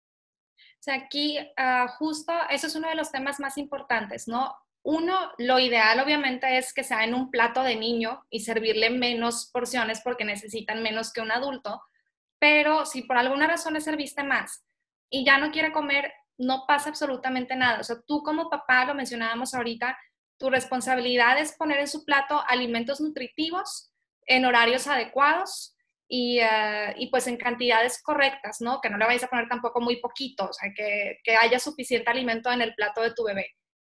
O sea, aquí uh, justo eso es uno de los temas más importantes, ¿no? Uno, lo ideal obviamente es que sea en un plato de niño y servirle menos porciones porque necesitan menos que un adulto, pero si por alguna razón le serviste más y ya no quiere comer, no pasa absolutamente nada. O sea, tú como papá, lo mencionábamos ahorita, tu responsabilidad es poner en su plato alimentos nutritivos en horarios adecuados y, uh, y pues en cantidades correctas, ¿no? Que no le vayas a poner tampoco muy poquito, o sea, que, que haya suficiente alimento en el plato de tu bebé.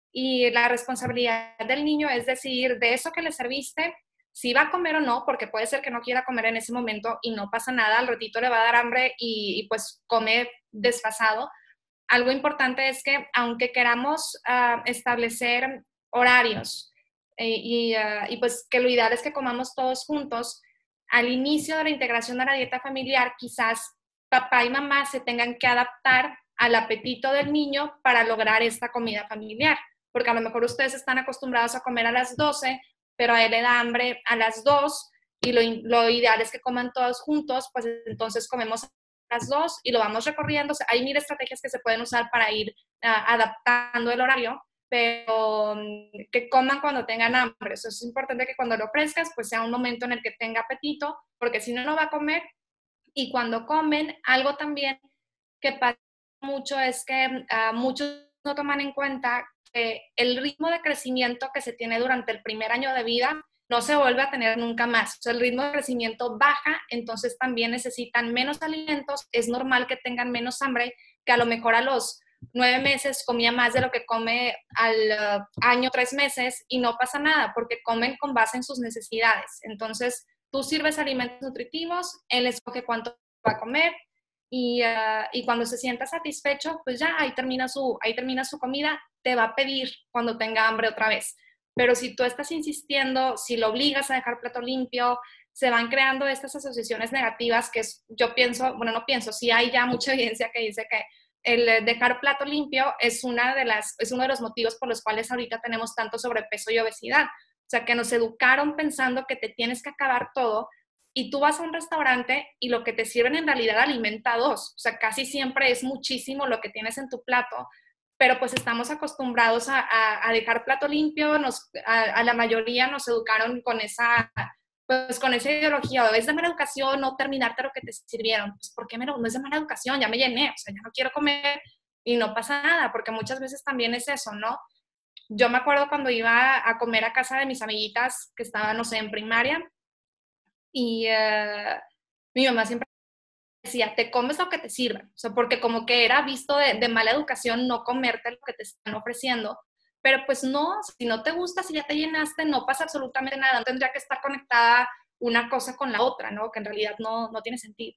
Y la responsabilidad del niño es decidir de eso que le serviste, si va a comer o no, porque puede ser que no quiera comer en ese momento y no pasa nada, al ratito le va a dar hambre y, y pues come desfasado. Algo importante es que aunque queramos uh, establecer horarios eh, y, uh, y pues que lo ideal es que comamos todos juntos, al inicio de la integración a la dieta familiar quizás papá y mamá se tengan que adaptar al apetito del niño para lograr esta comida familiar, porque a lo mejor ustedes están acostumbrados a comer a las doce, pero a él le da hambre a las dos y lo, lo ideal es que coman todos juntos, pues entonces comemos las dos y lo vamos recorriendo. O sea, hay mil estrategias que se pueden usar para ir uh, adaptando el horario, pero um, que coman cuando tengan hambre. Eso es importante que cuando lo ofrezcas, pues sea un momento en el que tenga apetito, porque si no, no va a comer. Y cuando comen, algo también que pasa mucho es que uh, muchos no toman en cuenta que el ritmo de crecimiento que se tiene durante el primer año de vida no se vuelve a tener nunca más. O sea, el ritmo de crecimiento baja, entonces también necesitan menos alimentos. Es normal que tengan menos hambre, que a lo mejor a los nueve meses comía más de lo que come al uh, año, tres meses, y no pasa nada, porque comen con base en sus necesidades. Entonces, tú sirves alimentos nutritivos, él escoge cuánto va a comer, y, uh, y cuando se sienta satisfecho, pues ya ahí termina, su, ahí termina su comida, te va a pedir cuando tenga hambre otra vez. Pero si tú estás insistiendo, si lo obligas a dejar plato limpio, se van creando estas asociaciones negativas que es, yo pienso, bueno, no pienso, sí hay ya mucha evidencia que dice que el dejar plato limpio es, una de las, es uno de los motivos por los cuales ahorita tenemos tanto sobrepeso y obesidad. O sea, que nos educaron pensando que te tienes que acabar todo y tú vas a un restaurante y lo que te sirven en realidad alimenta a dos. O sea, casi siempre es muchísimo lo que tienes en tu plato, pero pues estamos acostumbrados a, a, a dejar plato limpio, nos, a, a, la mayoría nos educaron con esa, pues con esa ideología, es de mala educación no terminarte lo que te sirvieron. Pues ¿por qué me lo, no es de mala educación? Ya me llené, o sea, ya no quiero comer y no pasa nada, porque muchas veces también es eso, ¿no? Yo me acuerdo cuando iba a comer a casa de mis amiguitas que estaban, no sé, en primaria, y uh, mi mamá siempre decía, te comes lo que te sirven, o sea, porque como que era visto de, de mala educación no comerte lo que te están ofreciendo, pero pues no, si no te gusta, si ya te llenaste, no pasa absolutamente nada, no tendría que estar conectada una cosa con la otra, ¿no? Que en realidad no, no tiene sentido.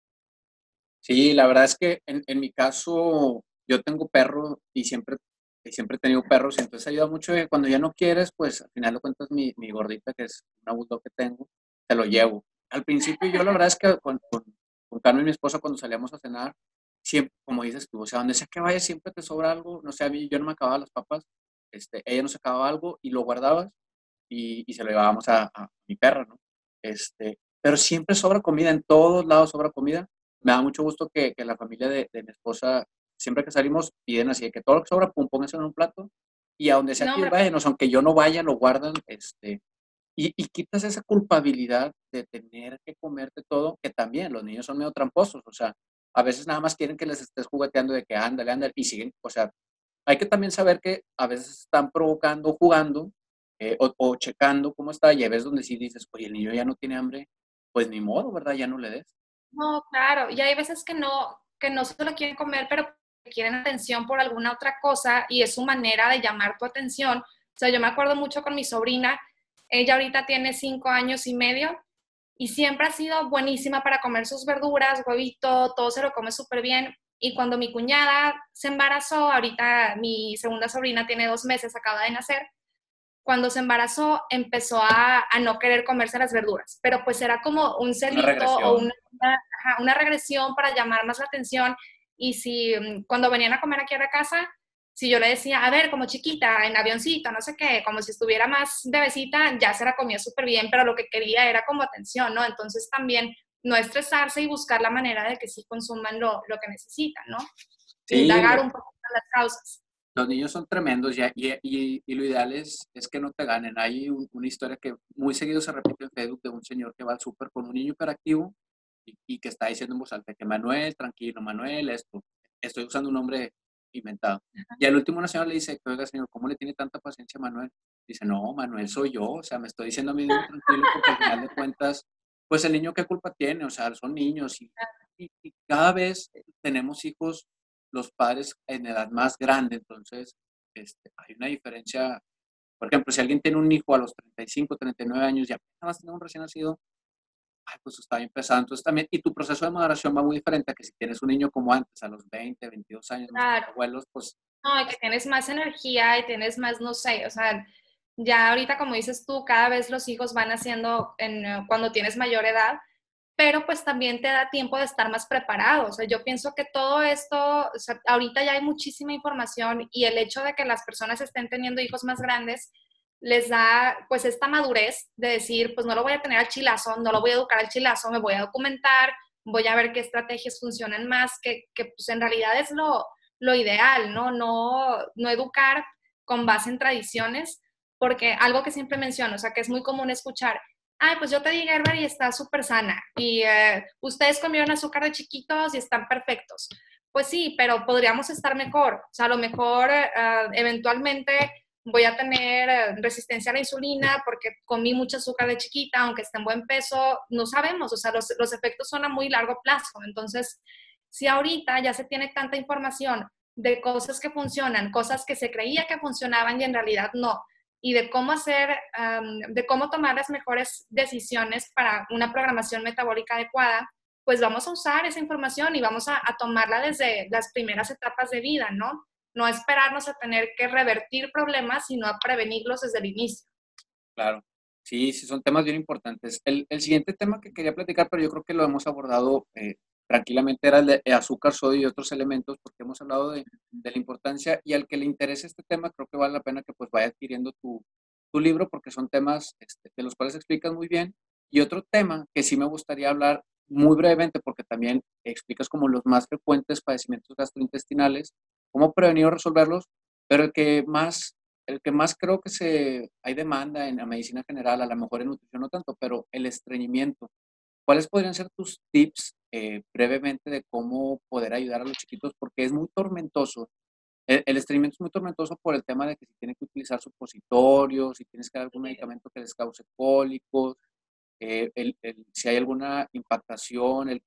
Sí, la verdad es que en, en mi caso, yo tengo perro y siempre, y siempre he tenido perros, y entonces ayuda mucho que cuando ya no quieres, pues al final de cuentas mi, mi gordita, que es una bulldog que tengo, te lo llevo. Al principio yo la verdad es que con, con, con Carmen, mi esposa, cuando salíamos a cenar, siempre, como dices tú, o sea, donde sea que vayas siempre te sobra algo, no sé, a mí yo no me acababa las papas, este, ella nos acababa algo y lo guardabas y, y se lo llevábamos a, a mi perra, ¿no? Este, pero siempre sobra comida, en todos lados sobra comida. Me da mucho gusto que, que la familia de, de, mi esposa, siempre que salimos, piden así, que todo lo que sobra, pum, pónganse en un plato, y a donde sea No, que ellos hombre, vayan, o sea, aunque yo no vaya, lo guardan, este, y, y quitas esa culpabilidad de tener que comerte todo, que también los niños son medio tramposos, o sea, a veces nada más quieren que les estés jugueteando de que ándale, ándale, y siguen, o sea, hay que también saber que a veces están provocando, jugando, eh, o, o checando cómo está, y a veces donde sí dices, oye, el niño ya no tiene hambre, pues ni modo, ¿verdad? Ya no le des. no, claro, y hay veces que no, que no se lo quieren comer, pero quieren atención por alguna otra cosa y es su manera de llamar tu atención. O sea, yo me acuerdo mucho con mi sobrina, ella ahorita tiene cinco años y medio y siempre ha sido buenísima para comer sus verduras, huevito, todo se lo come súper bien. Y cuando mi cuñada se embarazó, ahorita mi segunda sobrina tiene dos meses, acaba de nacer, cuando se embarazó empezó a, a, no querer comerse las verduras, pero pues era como un Una celito o regresión. una, una, una regresión para llamar más la atención. Y si cuando venían a comer aquí a la casa, si yo le decía, a ver, como chiquita, en avioncito, no sé qué, como si estuviera más bebecita, ya se la comía súper bien, pero lo que quería era como atención, ¿no? Entonces también no estresarse y buscar la manera de que sí consuman lo, lo que necesitan, ¿no? Sí, Indagar lo- un poco en las causas. los niños son tremendos ya, y, y, y lo ideal es, es que no te ganen. Hay un- una historia que muy seguido se repite en Facebook de un señor que va al súper con un niño hiperactivo y, y que está diciendo en voz alta que Manuel, tranquilo, Manuel, esto. Estoy usando un nombre inventado. Y al último una señora le dice, oiga señor, ¿cómo le tiene tanta paciencia a Manuel? Dice, no, Manuel soy yo, o sea, me estoy diciendo a mí mismo tranquilo porque al final de cuentas, pues el niño qué culpa tiene, o sea, son niños y, y, y cada vez tenemos hijos los padres en edad más grande, entonces este, hay una diferencia. Por ejemplo, si alguien tiene un hijo a los treinta y cinco, treinta y nueve años y apenas vas a tener un recién nacido, ay, pues está bien pesado. Entonces también, y tu proceso de maduración va muy diferente a que si tienes un niño como antes, a los veinte, veintidós años, nuestros Claro. abuelos, pues No, y que tienes más energía y tienes más, no sé, o sea, ya ahorita como dices tú, cada vez los hijos van haciendo en, eh, cuando tienes mayor edad, pero pues también te da tiempo de estar más preparado. O sea, yo pienso que todo esto, o sea, ahorita ya hay muchísima información y el hecho de que las personas estén teniendo hijos más grandes les da pues esta madurez de decir, pues no lo voy a tener al chilazo, no lo voy a educar al chilazo, me voy a documentar, voy a ver qué estrategias funcionan más, que, que pues en realidad es lo, lo ideal, ¿no? ¿no? No educar con base en tradiciones, porque algo que siempre menciono, o sea, que es muy común escuchar, ay, pues yo te di Gerber y está súper sana, y eh, ustedes comieron azúcar de chiquitos y están perfectos. Pues sí, pero podríamos estar mejor, o sea, a lo mejor eh, eventualmente voy a tener eh, resistencia a la insulina porque comí mucho azúcar de chiquita, aunque esté en buen peso, no sabemos, o sea, los, los efectos son a muy largo plazo, entonces si ahorita ya se tiene tanta información de cosas que funcionan, cosas que se creía que funcionaban y en realidad no, y de cómo hacer, um, de cómo tomar las mejores decisiones para una programación metabólica adecuada, pues vamos a usar esa información y vamos a, a tomarla desde las primeras etapas de vida, ¿no? No esperarnos a tener que revertir problemas, sino a prevenirlos desde el inicio. claro. Sí, sí, son temas bien importantes. El, el siguiente tema que quería platicar, pero yo creo que lo hemos abordado eh, tranquilamente, era el de eh, azúcar, sodio y otros elementos, porque hemos hablado de, de la importancia y al que le interese este tema, creo que vale la pena que pues vaya adquiriendo tu, tu libro, porque son temas este, de los cuales explicas muy bien. Y otro tema que sí me gustaría hablar muy brevemente, porque también explicas como los más frecuentes padecimientos gastrointestinales, cómo prevenir o resolverlos, pero el que más el que más creo que se hay demanda en la medicina general, a lo mejor en nutrición no tanto, pero el estreñimiento. ¿Cuáles podrían ser tus tips eh, brevemente de cómo poder ayudar a los chiquitos? Porque es muy tormentoso. El, el estreñimiento es muy tormentoso por el tema de que si tienen que utilizar supositorios, si tienes que dar algún medicamento que les cause cólicos, eh, el, el, si hay alguna impactación, el, el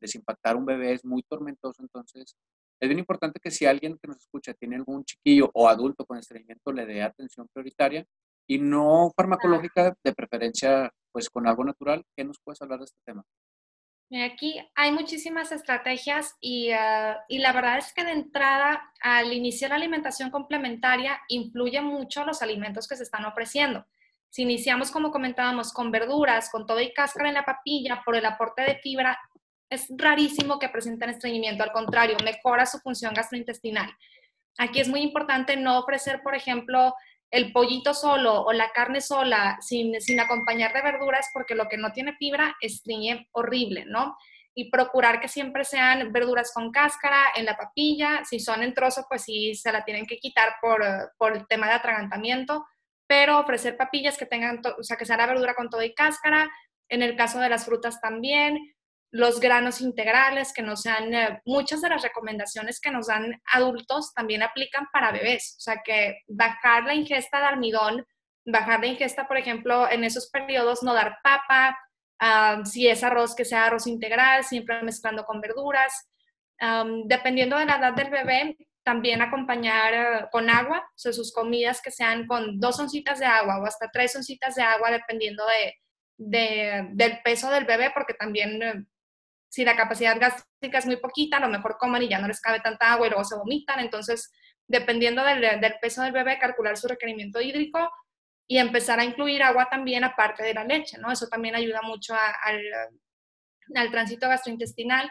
desimpactar un bebé es muy tormentoso. Entonces, es bien importante que si alguien que nos escucha tiene algún chiquillo o adulto con estreñimiento, le dé atención prioritaria y no farmacológica, de preferencia pues con algo natural. ¿Qué nos puedes hablar de este tema? Mira, aquí hay muchísimas estrategias y, uh, y la verdad es que de entrada, al iniciar la alimentación complementaria, influye mucho los alimentos que se están ofreciendo. Si iniciamos, como comentábamos, con verduras, con todo y cáscara en la papilla, por el aporte de fibra, es rarísimo que presenten estreñimiento. Al contrario, mejora su función gastrointestinal. Aquí es muy importante no ofrecer, por ejemplo, el pollito solo o la carne sola sin, sin acompañar de verduras, porque lo que no tiene fibra estreñe horrible, ¿no? Y procurar que siempre sean verduras con cáscara en la papilla. Si son en trozo, pues sí se la tienen que quitar por, por el tema de atragantamiento, pero ofrecer papillas que tengan, o sea, que sea la verdura con todo y cáscara. En el caso de las frutas también, los granos integrales, que no sean, eh, muchas de las recomendaciones que nos dan adultos también aplican para bebés, o sea que bajar la ingesta de almidón, bajar la ingesta, por ejemplo, en esos periodos no dar papa, um, si es arroz, que sea arroz integral, siempre mezclando con verduras, um, dependiendo de la edad del bebé, también acompañar uh, con agua, o sea, sus comidas que sean con dos oncitas de agua o hasta tres oncitas de agua, dependiendo de, de, del peso del bebé, porque también uh, si la capacidad gástrica es muy poquita, a lo mejor comen y ya no les cabe tanta agua y luego se vomitan. Entonces, dependiendo del, del peso del bebé, calcular su requerimiento hídrico y empezar a incluir agua también aparte de la leche, ¿no? Eso también ayuda mucho a, al, al tránsito gastrointestinal.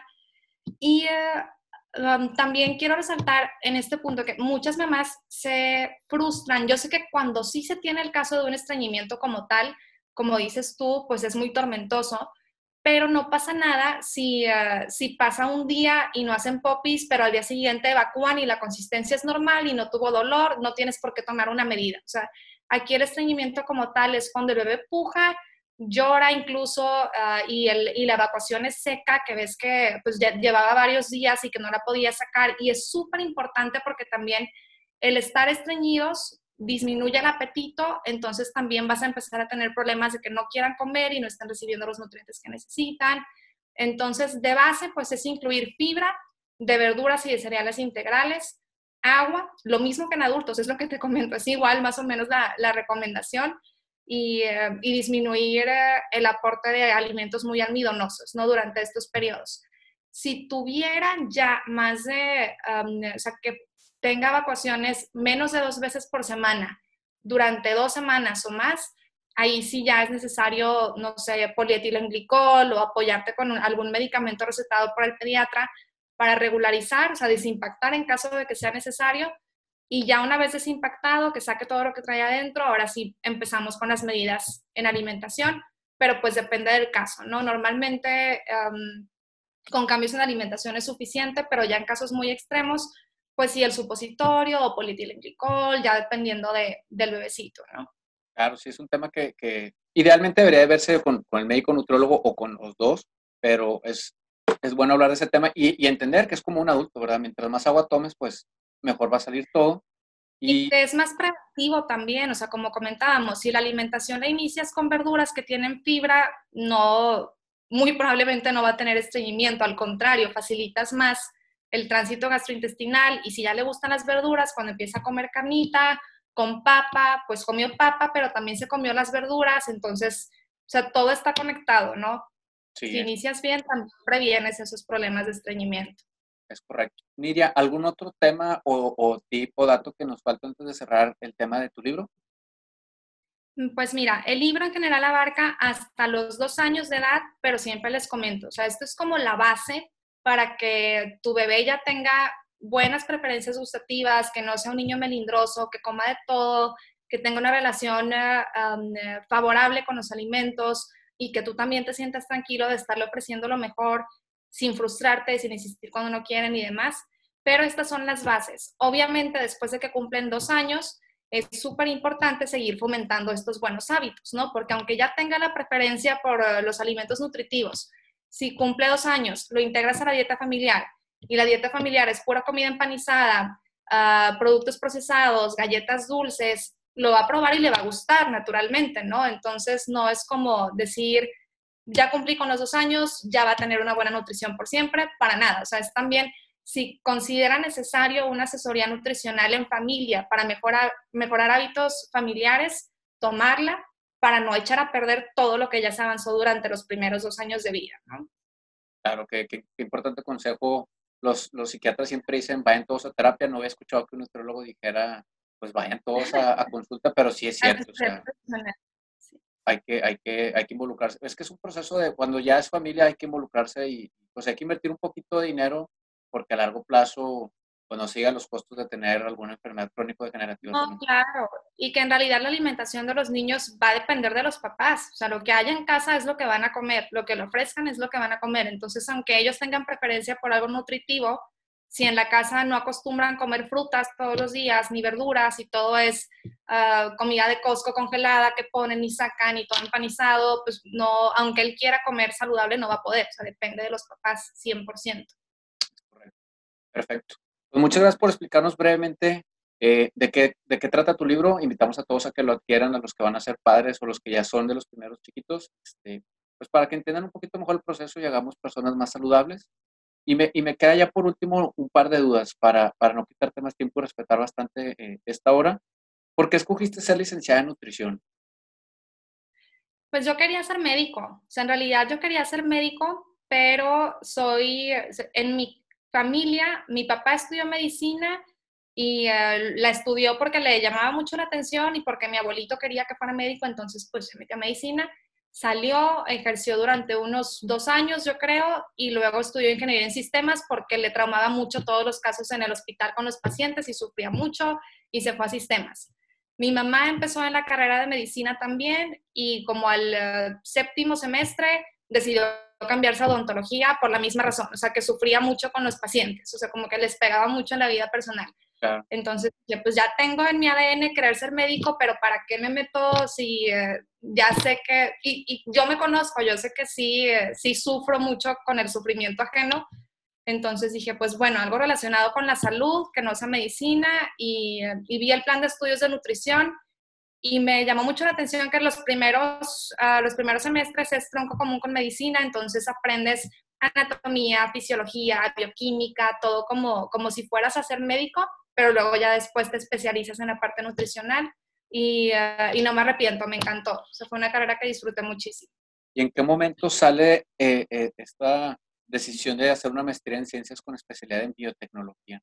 Y uh, um, también quiero resaltar en este punto que muchas mamás se frustran. Yo sé que cuando sí se tiene el caso de un estreñimiento como tal, como dices tú, pues es muy tormentoso, pero no pasa nada si, uh, si pasa un día y no hacen popis, pero al día siguiente evacúan y la consistencia es normal y no tuvo dolor, no tienes por qué tomar una medida. O sea, aquí el estreñimiento como tal es cuando el bebé puja, llora incluso uh, y, el, y la evacuación es seca, que ves que pues, ya llevaba varios días y que no la podía sacar. Y es súper importante porque también el estar estreñidos disminuye el apetito, entonces también vas a empezar a tener problemas de que no quieran comer y no están recibiendo los nutrientes que necesitan. Entonces, de base, pues es incluir fibra de verduras y de cereales integrales, agua, lo mismo que en adultos, es lo que te comento, es igual más o menos la, la recomendación, y, eh, y disminuir eh, el aporte de alimentos muy almidonosos, ¿no? Durante estos periodos. Si tuvieran ya más de, um, o sea, que tenga evacuaciones menos de dos veces por semana durante dos semanas o más, ahí sí ya es necesario, no sé, polietilenglicol o apoyarte con un, algún medicamento recetado por el pediatra para regularizar, o sea, desimpactar en caso de que sea necesario. Y ya una vez desimpactado, que saque todo lo que trae adentro, ahora sí empezamos con las medidas en alimentación, pero pues depende del caso, ¿no? Normalmente um, con cambios en alimentación es suficiente, pero ya en casos muy extremos, pues sí, el supositorio o polietilenglicol, ya dependiendo de, del bebecito, ¿no? Claro, sí, es un tema que, que idealmente debería de verse con, con el médico nutriólogo o con los dos, pero es, es bueno hablar de ese tema y, y entender que es como un adulto, ¿verdad? Mientras más agua tomes, pues mejor va a salir todo. Y Y que es más preventivo también, o sea, como comentábamos, si la alimentación la inicias con verduras que tienen fibra, no, muy probablemente no va a tener estreñimiento, al contrario, facilitas más el tránsito gastrointestinal. Y si ya le gustan las verduras, cuando empieza a comer carnita con papa, pues comió papa, pero también se comió las verduras, entonces, o sea, todo está conectado, ¿no? sí, Si es, inicias bien, también previenes esos problemas de estreñimiento. es correcto. Nidia, ¿algún otro tema o, o tip o dato que nos falta antes de cerrar el tema de tu libro? Pues mira, el libro en general abarca hasta los dos años de edad, pero siempre les comento, o sea, esto es como la base para que tu bebé ya tenga buenas preferencias gustativas, que no sea un niño melindroso, que coma de todo, que tenga una relación uh, um, uh, favorable con los alimentos y que tú también te sientas tranquilo de estarle ofreciendo lo mejor sin frustrarte, sin insistir cuando no quieren y demás. Pero estas son las bases. Obviamente, después de que cumplen dos años, es súper importante seguir fomentando estos buenos hábitos, ¿no? Porque aunque ya tenga la preferencia por uh, los alimentos nutritivos, si cumple dos años, lo integras a la dieta familiar y la dieta familiar es pura comida empanizada, uh, productos procesados, galletas dulces, lo va a probar y le va a gustar naturalmente, ¿no? Entonces no es como decir, ya cumplí con los dos años, ya va a tener una buena nutrición por siempre, para nada. O sea, es también, si considera necesario una asesoría nutricional en familia para mejorar, mejorar hábitos familiares, tomarla para no echar a perder todo lo que ya se avanzó durante los primeros dos años de vida, ¿no? Claro, qué, qué, qué importante consejo. Los, los psiquiatras siempre dicen, vayan todos a terapia. No había escuchado que un nutriólogo dijera, pues vayan todos a, a consulta, pero sí es cierto, o sea, Sí. hay que, hay que, hay que involucrarse. Es que es un proceso de cuando ya es familia, hay que involucrarse y pues hay que invertir un poquito de dinero porque a largo plazo, pues no sigan los costos de tener alguna enfermedad crónico-degenerativa No, también. claro. Y que en realidad la alimentación de los niños va a depender de los papás. O sea, lo que haya en casa es lo que van a comer, lo que le ofrezcan es lo que van a comer. Entonces, aunque ellos tengan preferencia por algo nutritivo, si en la casa no acostumbran comer frutas todos los días, ni verduras, y todo es uh, comida de Costco congelada que ponen y sacan y todo empanizado, pues no, aunque él quiera comer saludable, no va a poder. O sea, depende de los papás, cien por ciento. Correcto. Perfecto. Pues muchas gracias por explicarnos brevemente eh, de, qué, de qué trata tu libro. Invitamos a todos a que lo adquieran, a los que van a ser padres o los que ya son de los primeros chiquitos, este, pues para que entiendan un poquito mejor el proceso y hagamos personas más saludables. Y me, y me queda ya por último un par de dudas para, para no quitarte más tiempo y respetar bastante eh, esta hora. ¿Por qué escogiste ser licenciada en nutrición? Pues yo quería ser médico, o sea, en realidad yo quería ser médico, pero soy, en mi familia, mi papá estudió medicina y uh, la estudió porque le llamaba mucho la atención y porque mi abuelito quería que fuera médico, entonces pues se metió a medicina, salió, ejerció durante unos dos años yo creo y luego estudió ingeniería en sistemas porque le traumaba mucho todos los casos en el hospital con los pacientes y sufría mucho y se fue a sistemas. Mi mamá empezó en la carrera de medicina también y como al uh, séptimo semestre decidió cambiarse a odontología por la misma razón, o sea, que sufría mucho con los pacientes, o sea, como que les pegaba mucho en la vida personal. Claro. Entonces, pues ya tengo en mi A D N querer ser médico, pero ¿para qué me meto si eh, ya sé que, y, y, yo me conozco, yo sé que sí, eh, sí sufro mucho con el sufrimiento ajeno, entonces dije, pues bueno, algo relacionado con la salud, que no sea medicina, y, y vi el plan de estudios de nutrición y me llamó mucho la atención que los primeros, uh, los primeros semestres es tronco común con medicina, entonces aprendes anatomía, fisiología, bioquímica, todo como, como si fueras a ser médico, pero luego ya después te especializas en la parte nutricional y, uh, y no me arrepiento, me encantó. O sea, fue una carrera que disfruté muchísimo. ¿Y en qué momento sale eh, eh, esta decisión de hacer una maestría en ciencias con especialidad en biotecnología?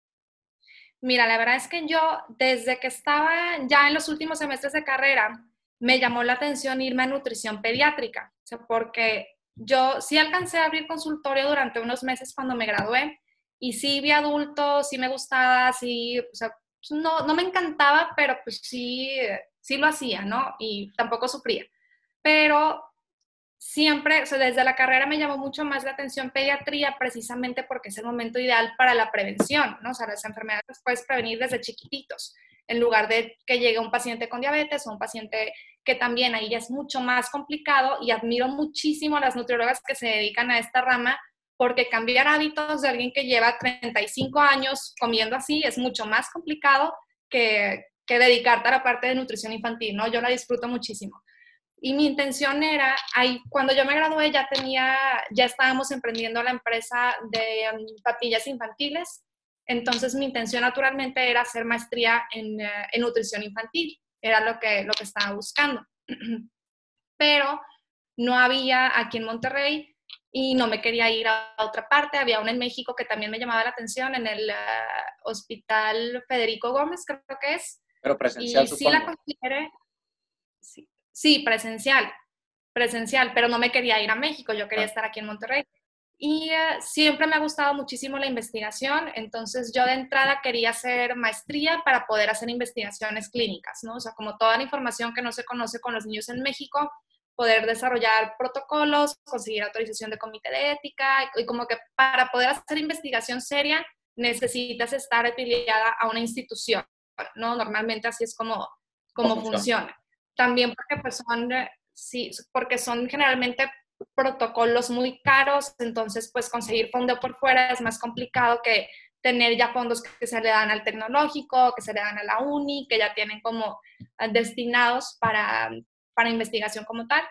Mira, la verdad es que yo, desde que estaba ya en los últimos semestres de carrera, me llamó la atención irme a nutrición pediátrica, o sea, porque yo sí alcancé a abrir consultorio durante unos meses cuando me gradué y sí vi adultos, sí me gustaba, sí, o sea, no, no me encantaba, pero pues sí, sí lo hacía, ¿no? Y tampoco sufría. Pero siempre, o sea, desde la carrera me llamó mucho más la atención pediatría precisamente porque es el momento ideal para la prevención, ¿no? O sea, las enfermedades las puedes prevenir desde chiquititos, en lugar de que llegue un paciente con diabetes o un paciente que también ahí ya es mucho más complicado y admiro muchísimo a las nutriólogas que se dedican a esta rama porque cambiar hábitos de alguien que lleva treinta y cinco años comiendo así es mucho más complicado que, que dedicarte a la parte de nutrición infantil, ¿no? Yo la disfruto muchísimo. Y mi intención era, ahí, cuando yo me gradué ya tenía, ya estábamos emprendiendo la empresa de um, papillas infantiles, entonces mi intención naturalmente era hacer maestría en, uh, en nutrición infantil, era lo que, lo que estaba buscando. Pero no había aquí en Monterrey y no me quería ir a otra parte, había una en México que también me llamaba la atención, en el uh, Hospital Federico Gómez, creo que es, Pero presencial, y sí la supongo. consideré, sí, sí, presencial, presencial, pero no me quería ir a México, yo quería Ah, estar aquí en Monterrey. Y uh, siempre me ha gustado muchísimo la investigación, entonces yo de entrada quería hacer maestría para poder hacer investigaciones clínicas, ¿no? O sea, como toda la información que no se conoce con los niños en México, poder desarrollar protocolos, conseguir autorización de comité de ética, y como que para poder hacer investigación seria necesitas estar afiliada a una institución, ¿no? Normalmente así es como, ¿cómo como funciona? funciona. También porque pues son, sí, porque son generalmente protocolos muy caros, entonces pues conseguir fondo por fuera es más complicado que tener ya fondos que se le dan al tecnológico, que se le dan a la uni, que ya tienen como destinados para, para investigación como tal.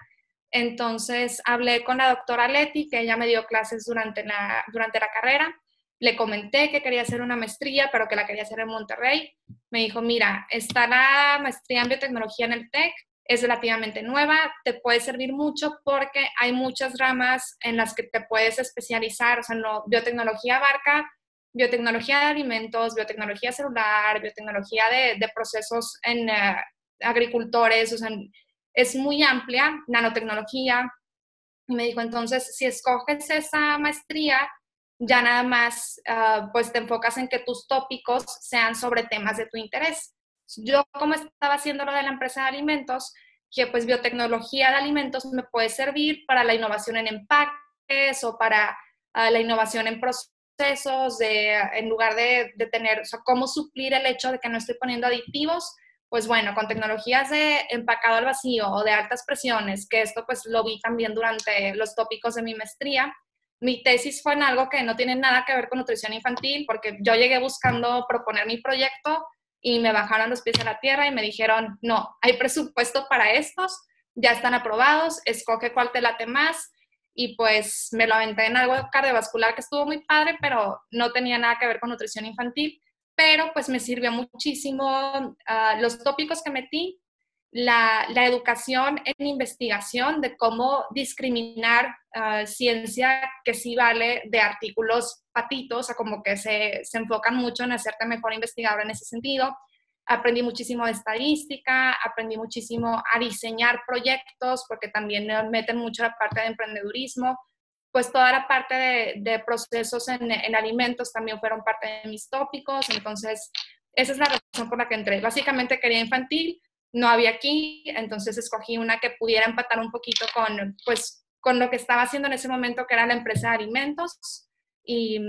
Entonces hablé con la doctora Leti, que ella me dio clases durante la, durante la carrera. Le comenté que quería hacer una maestría, pero que la quería hacer en Monterrey. Me dijo, mira, está la maestría en biotecnología en el TEC, es relativamente nueva, te puede servir mucho porque hay muchas ramas en las que te puedes especializar. O sea, no, biotecnología abarca biotecnología de alimentos, biotecnología celular, biotecnología de, de procesos en uh, agricultores, o sea, es muy amplia, nanotecnología. Y me dijo, entonces, si escoges esa maestría, ya nada más, uh, pues te enfocas en que tus tópicos sean sobre temas de tu interés. Yo, como estaba haciendo lo de la empresa de alimentos, que pues biotecnología de alimentos me puede servir para la innovación en empaques o para uh, la innovación en procesos, de, en lugar de, de tener, o sea, cómo suplir el hecho de que no estoy poniendo aditivos. Pues bueno, con tecnologías de empacado al vacío o de altas presiones, que esto pues lo vi también durante los tópicos de mi maestría. Mi tesis fue en algo que no tiene nada que ver con nutrición infantil, porque yo llegué buscando proponer mi proyecto y me bajaron los pies a la tierra y me dijeron, no, hay presupuesto para estos, ya están aprobados, escoge cuál te late más. Y pues me lo aventé en algo cardiovascular que estuvo muy padre, pero no tenía nada que ver con nutrición infantil. Pero pues me sirvió muchísimo uh, los tópicos que metí, la, la, educación en investigación de cómo discriminar uh, ciencia que sí vale de artículos patitos, o sea, como que se, se enfocan mucho en hacerte mejor investigador en ese sentido. Aprendí muchísimo de estadística, aprendí muchísimo a diseñar proyectos, porque también meten mucho la parte de emprendedurismo. Pues toda la parte de, de procesos en, en alimentos también fueron parte de mis tópicos. Entonces, esa es la razón por la que entré. Básicamente quería infantil, no había aquí, entonces escogí una que pudiera empatar un poquito con, pues, con lo que estaba haciendo en ese momento, que era la empresa de alimentos. Y,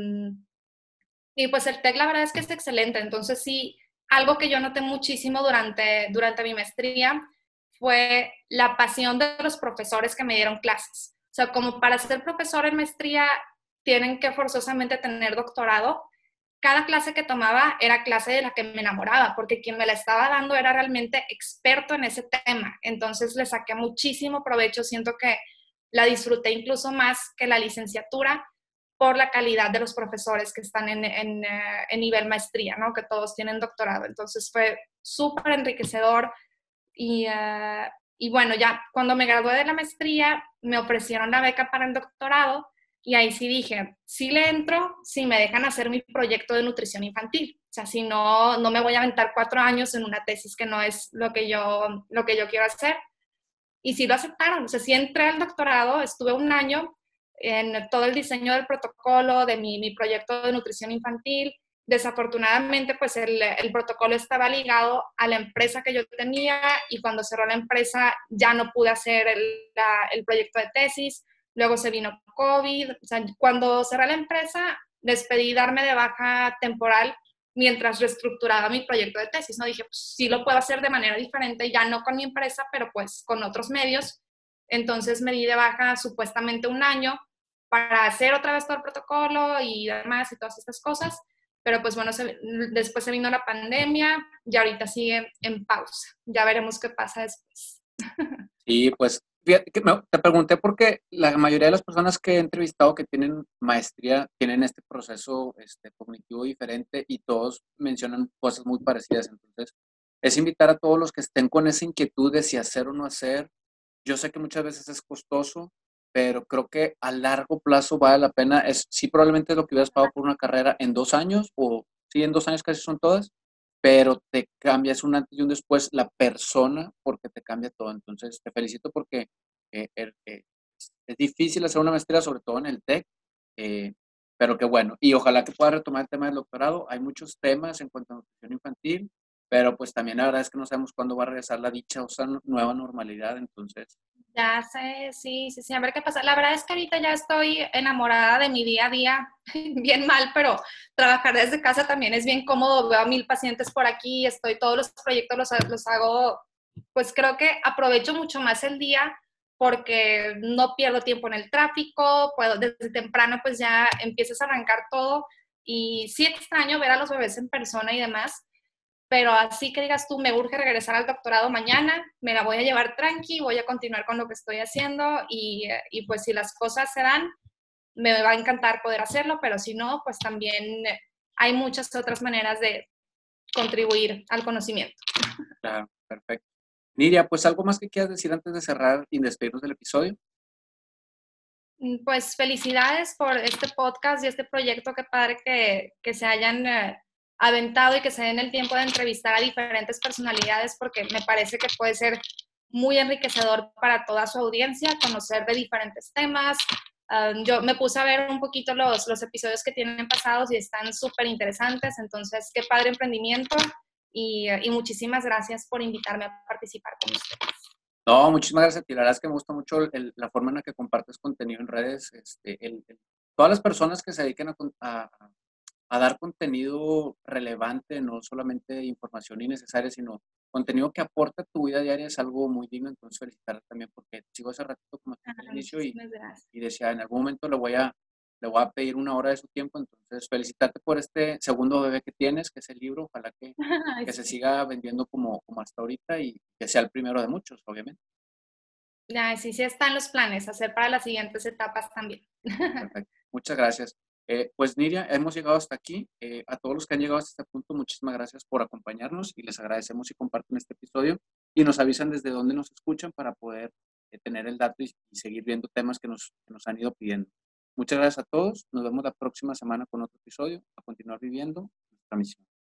y pues el TEC la verdad es que es excelente. Entonces sí, algo que yo noté muchísimo durante, durante mi maestría fue la pasión de los profesores que me dieron clases. O sea, como para ser profesor en maestría tienen que forzosamente tener doctorado. Cada clase que tomaba era clase de la que me enamoraba, porque quien me la estaba dando era realmente experto en ese tema. Entonces le saqué muchísimo provecho. Siento que la disfruté incluso más que la licenciatura por la calidad de los profesores que están en, en, en nivel maestría, ¿no? Que todos tienen doctorado. Entonces fue súper enriquecedor. Y, uh, y bueno, ya cuando me gradué de la maestría, me ofrecieron la beca para el doctorado y ahí sí dije, sí le entro si me dejan hacer mi proyecto de nutrición infantil. O sea, si no, no me voy a aventar cuatro años en una tesis que no es lo que yo, lo que yo quiero hacer. Y sí lo aceptaron. O sea, sí entré al doctorado, estuve un año en todo el diseño del protocolo de mi, mi proyecto de nutrición infantil. Desafortunadamente, pues el, el, protocolo estaba ligado a la empresa que yo tenía y cuando cerró la empresa ya no pude hacer el, la, el proyecto de tesis. Luego se vino COVID. O sea, cuando cerré la empresa, les pedí darme de baja temporal mientras reestructuraba mi proyecto de tesis, ¿no? Dije, pues sí lo puedo hacer de manera diferente, ya no con mi empresa, pero pues con otros medios. Entonces me di de baja supuestamente un año para hacer otra vez todo el protocolo y demás y todas estas cosas. Pero pues bueno, se, después se vino la pandemia y ahorita sigue en pausa. Ya veremos qué pasa después. Y pues, fíjate que me, te pregunté porque la mayoría de las personas que he entrevistado que tienen maestría tienen este proceso este, cognitivo diferente y todos mencionan cosas muy parecidas. Entonces, es invitar a todos los que estén con esa inquietud de si hacer o no hacer. Yo sé que muchas veces es costoso, pero creo que a largo plazo vale la pena. Es, sí, probablemente es lo que hubieras pagado por una carrera en dos años, o sí, en dos años casi son todas, pero te cambia, es un antes y un después la persona porque te cambia todo. Entonces, te felicito porque eh, eh, eh, es difícil hacer una maestría, sobre todo en el TEC, eh, pero qué bueno. Y ojalá que pueda retomar el tema del doctorado. Hay muchos temas en cuanto a nutrición infantil, pero pues también la verdad es que no sabemos cuándo va a regresar la dichosa nueva normalidad, entonces. Ya sé, sí, sí, sí, a ver qué pasa. La verdad es que ahorita ya estoy enamorada de mi día a día, bien mal, pero trabajar desde casa también es bien cómodo. Veo a mil pacientes por aquí, estoy, todos los proyectos los, los hago, pues creo que aprovecho mucho más el día porque no pierdo tiempo en el tráfico, puedo desde temprano pues ya empiezas a arrancar todo y sí extraño ver a los bebés en persona y demás, pero así que digas tú, me urge regresar al doctorado mañana, me la voy a llevar tranqui, voy a continuar con lo que estoy haciendo y, y pues si las cosas se dan, me va a encantar poder hacerlo, pero si no, pues también hay muchas otras maneras de contribuir al conocimiento. Claro, perfecto. Niria, pues algo más que quieras decir antes de cerrar y despedirnos del episodio. Pues felicidades por este podcast y este proyecto, qué padre que, que se hayan eh, aventado y que se den el tiempo de entrevistar a diferentes personalidades, porque me parece que puede ser muy enriquecedor para toda su audiencia, conocer de diferentes temas. Uh, yo me puse a ver un poquito los, los episodios que tienen pasados y están súper interesantes, entonces qué padre emprendimiento y, y muchísimas gracias por invitarme a participar con ustedes. No, muchísimas gracias a ti. La verdad es que me gusta mucho el, la forma en la que compartes contenido en redes. Este, el, el, todas las personas que se dediquen a, a, a, dar contenido relevante, no solamente información innecesaria, sino contenido que aporta a tu vida diaria es algo muy digno. Entonces, felicitar también porque sigo hace ratito como Ah, al inicio y, gracias. y decía, en algún momento le voy, a, le voy a pedir una hora de su tiempo. Entonces, felicitarte por este segundo bebé que tienes, que es el libro. Ojalá que, Ay, que se sí. siga vendiendo como, como hasta ahorita y que sea el primero de muchos, obviamente. Ya, sí, sí están los planes, hacer para las siguientes etapas también. Perfecto. Muchas gracias. Eh, pues Niria, hemos llegado hasta aquí. Eh, a todos los que han llegado hasta este punto, muchísimas gracias por acompañarnos y les agradecemos si comparten este episodio y nos avisan desde dónde nos escuchan para poder eh, tener el dato y, y seguir viendo temas que nos, que nos han ido pidiendo. Muchas gracias a todos. Nos vemos la próxima semana con otro episodio. A continuar viviendo nuestra misión.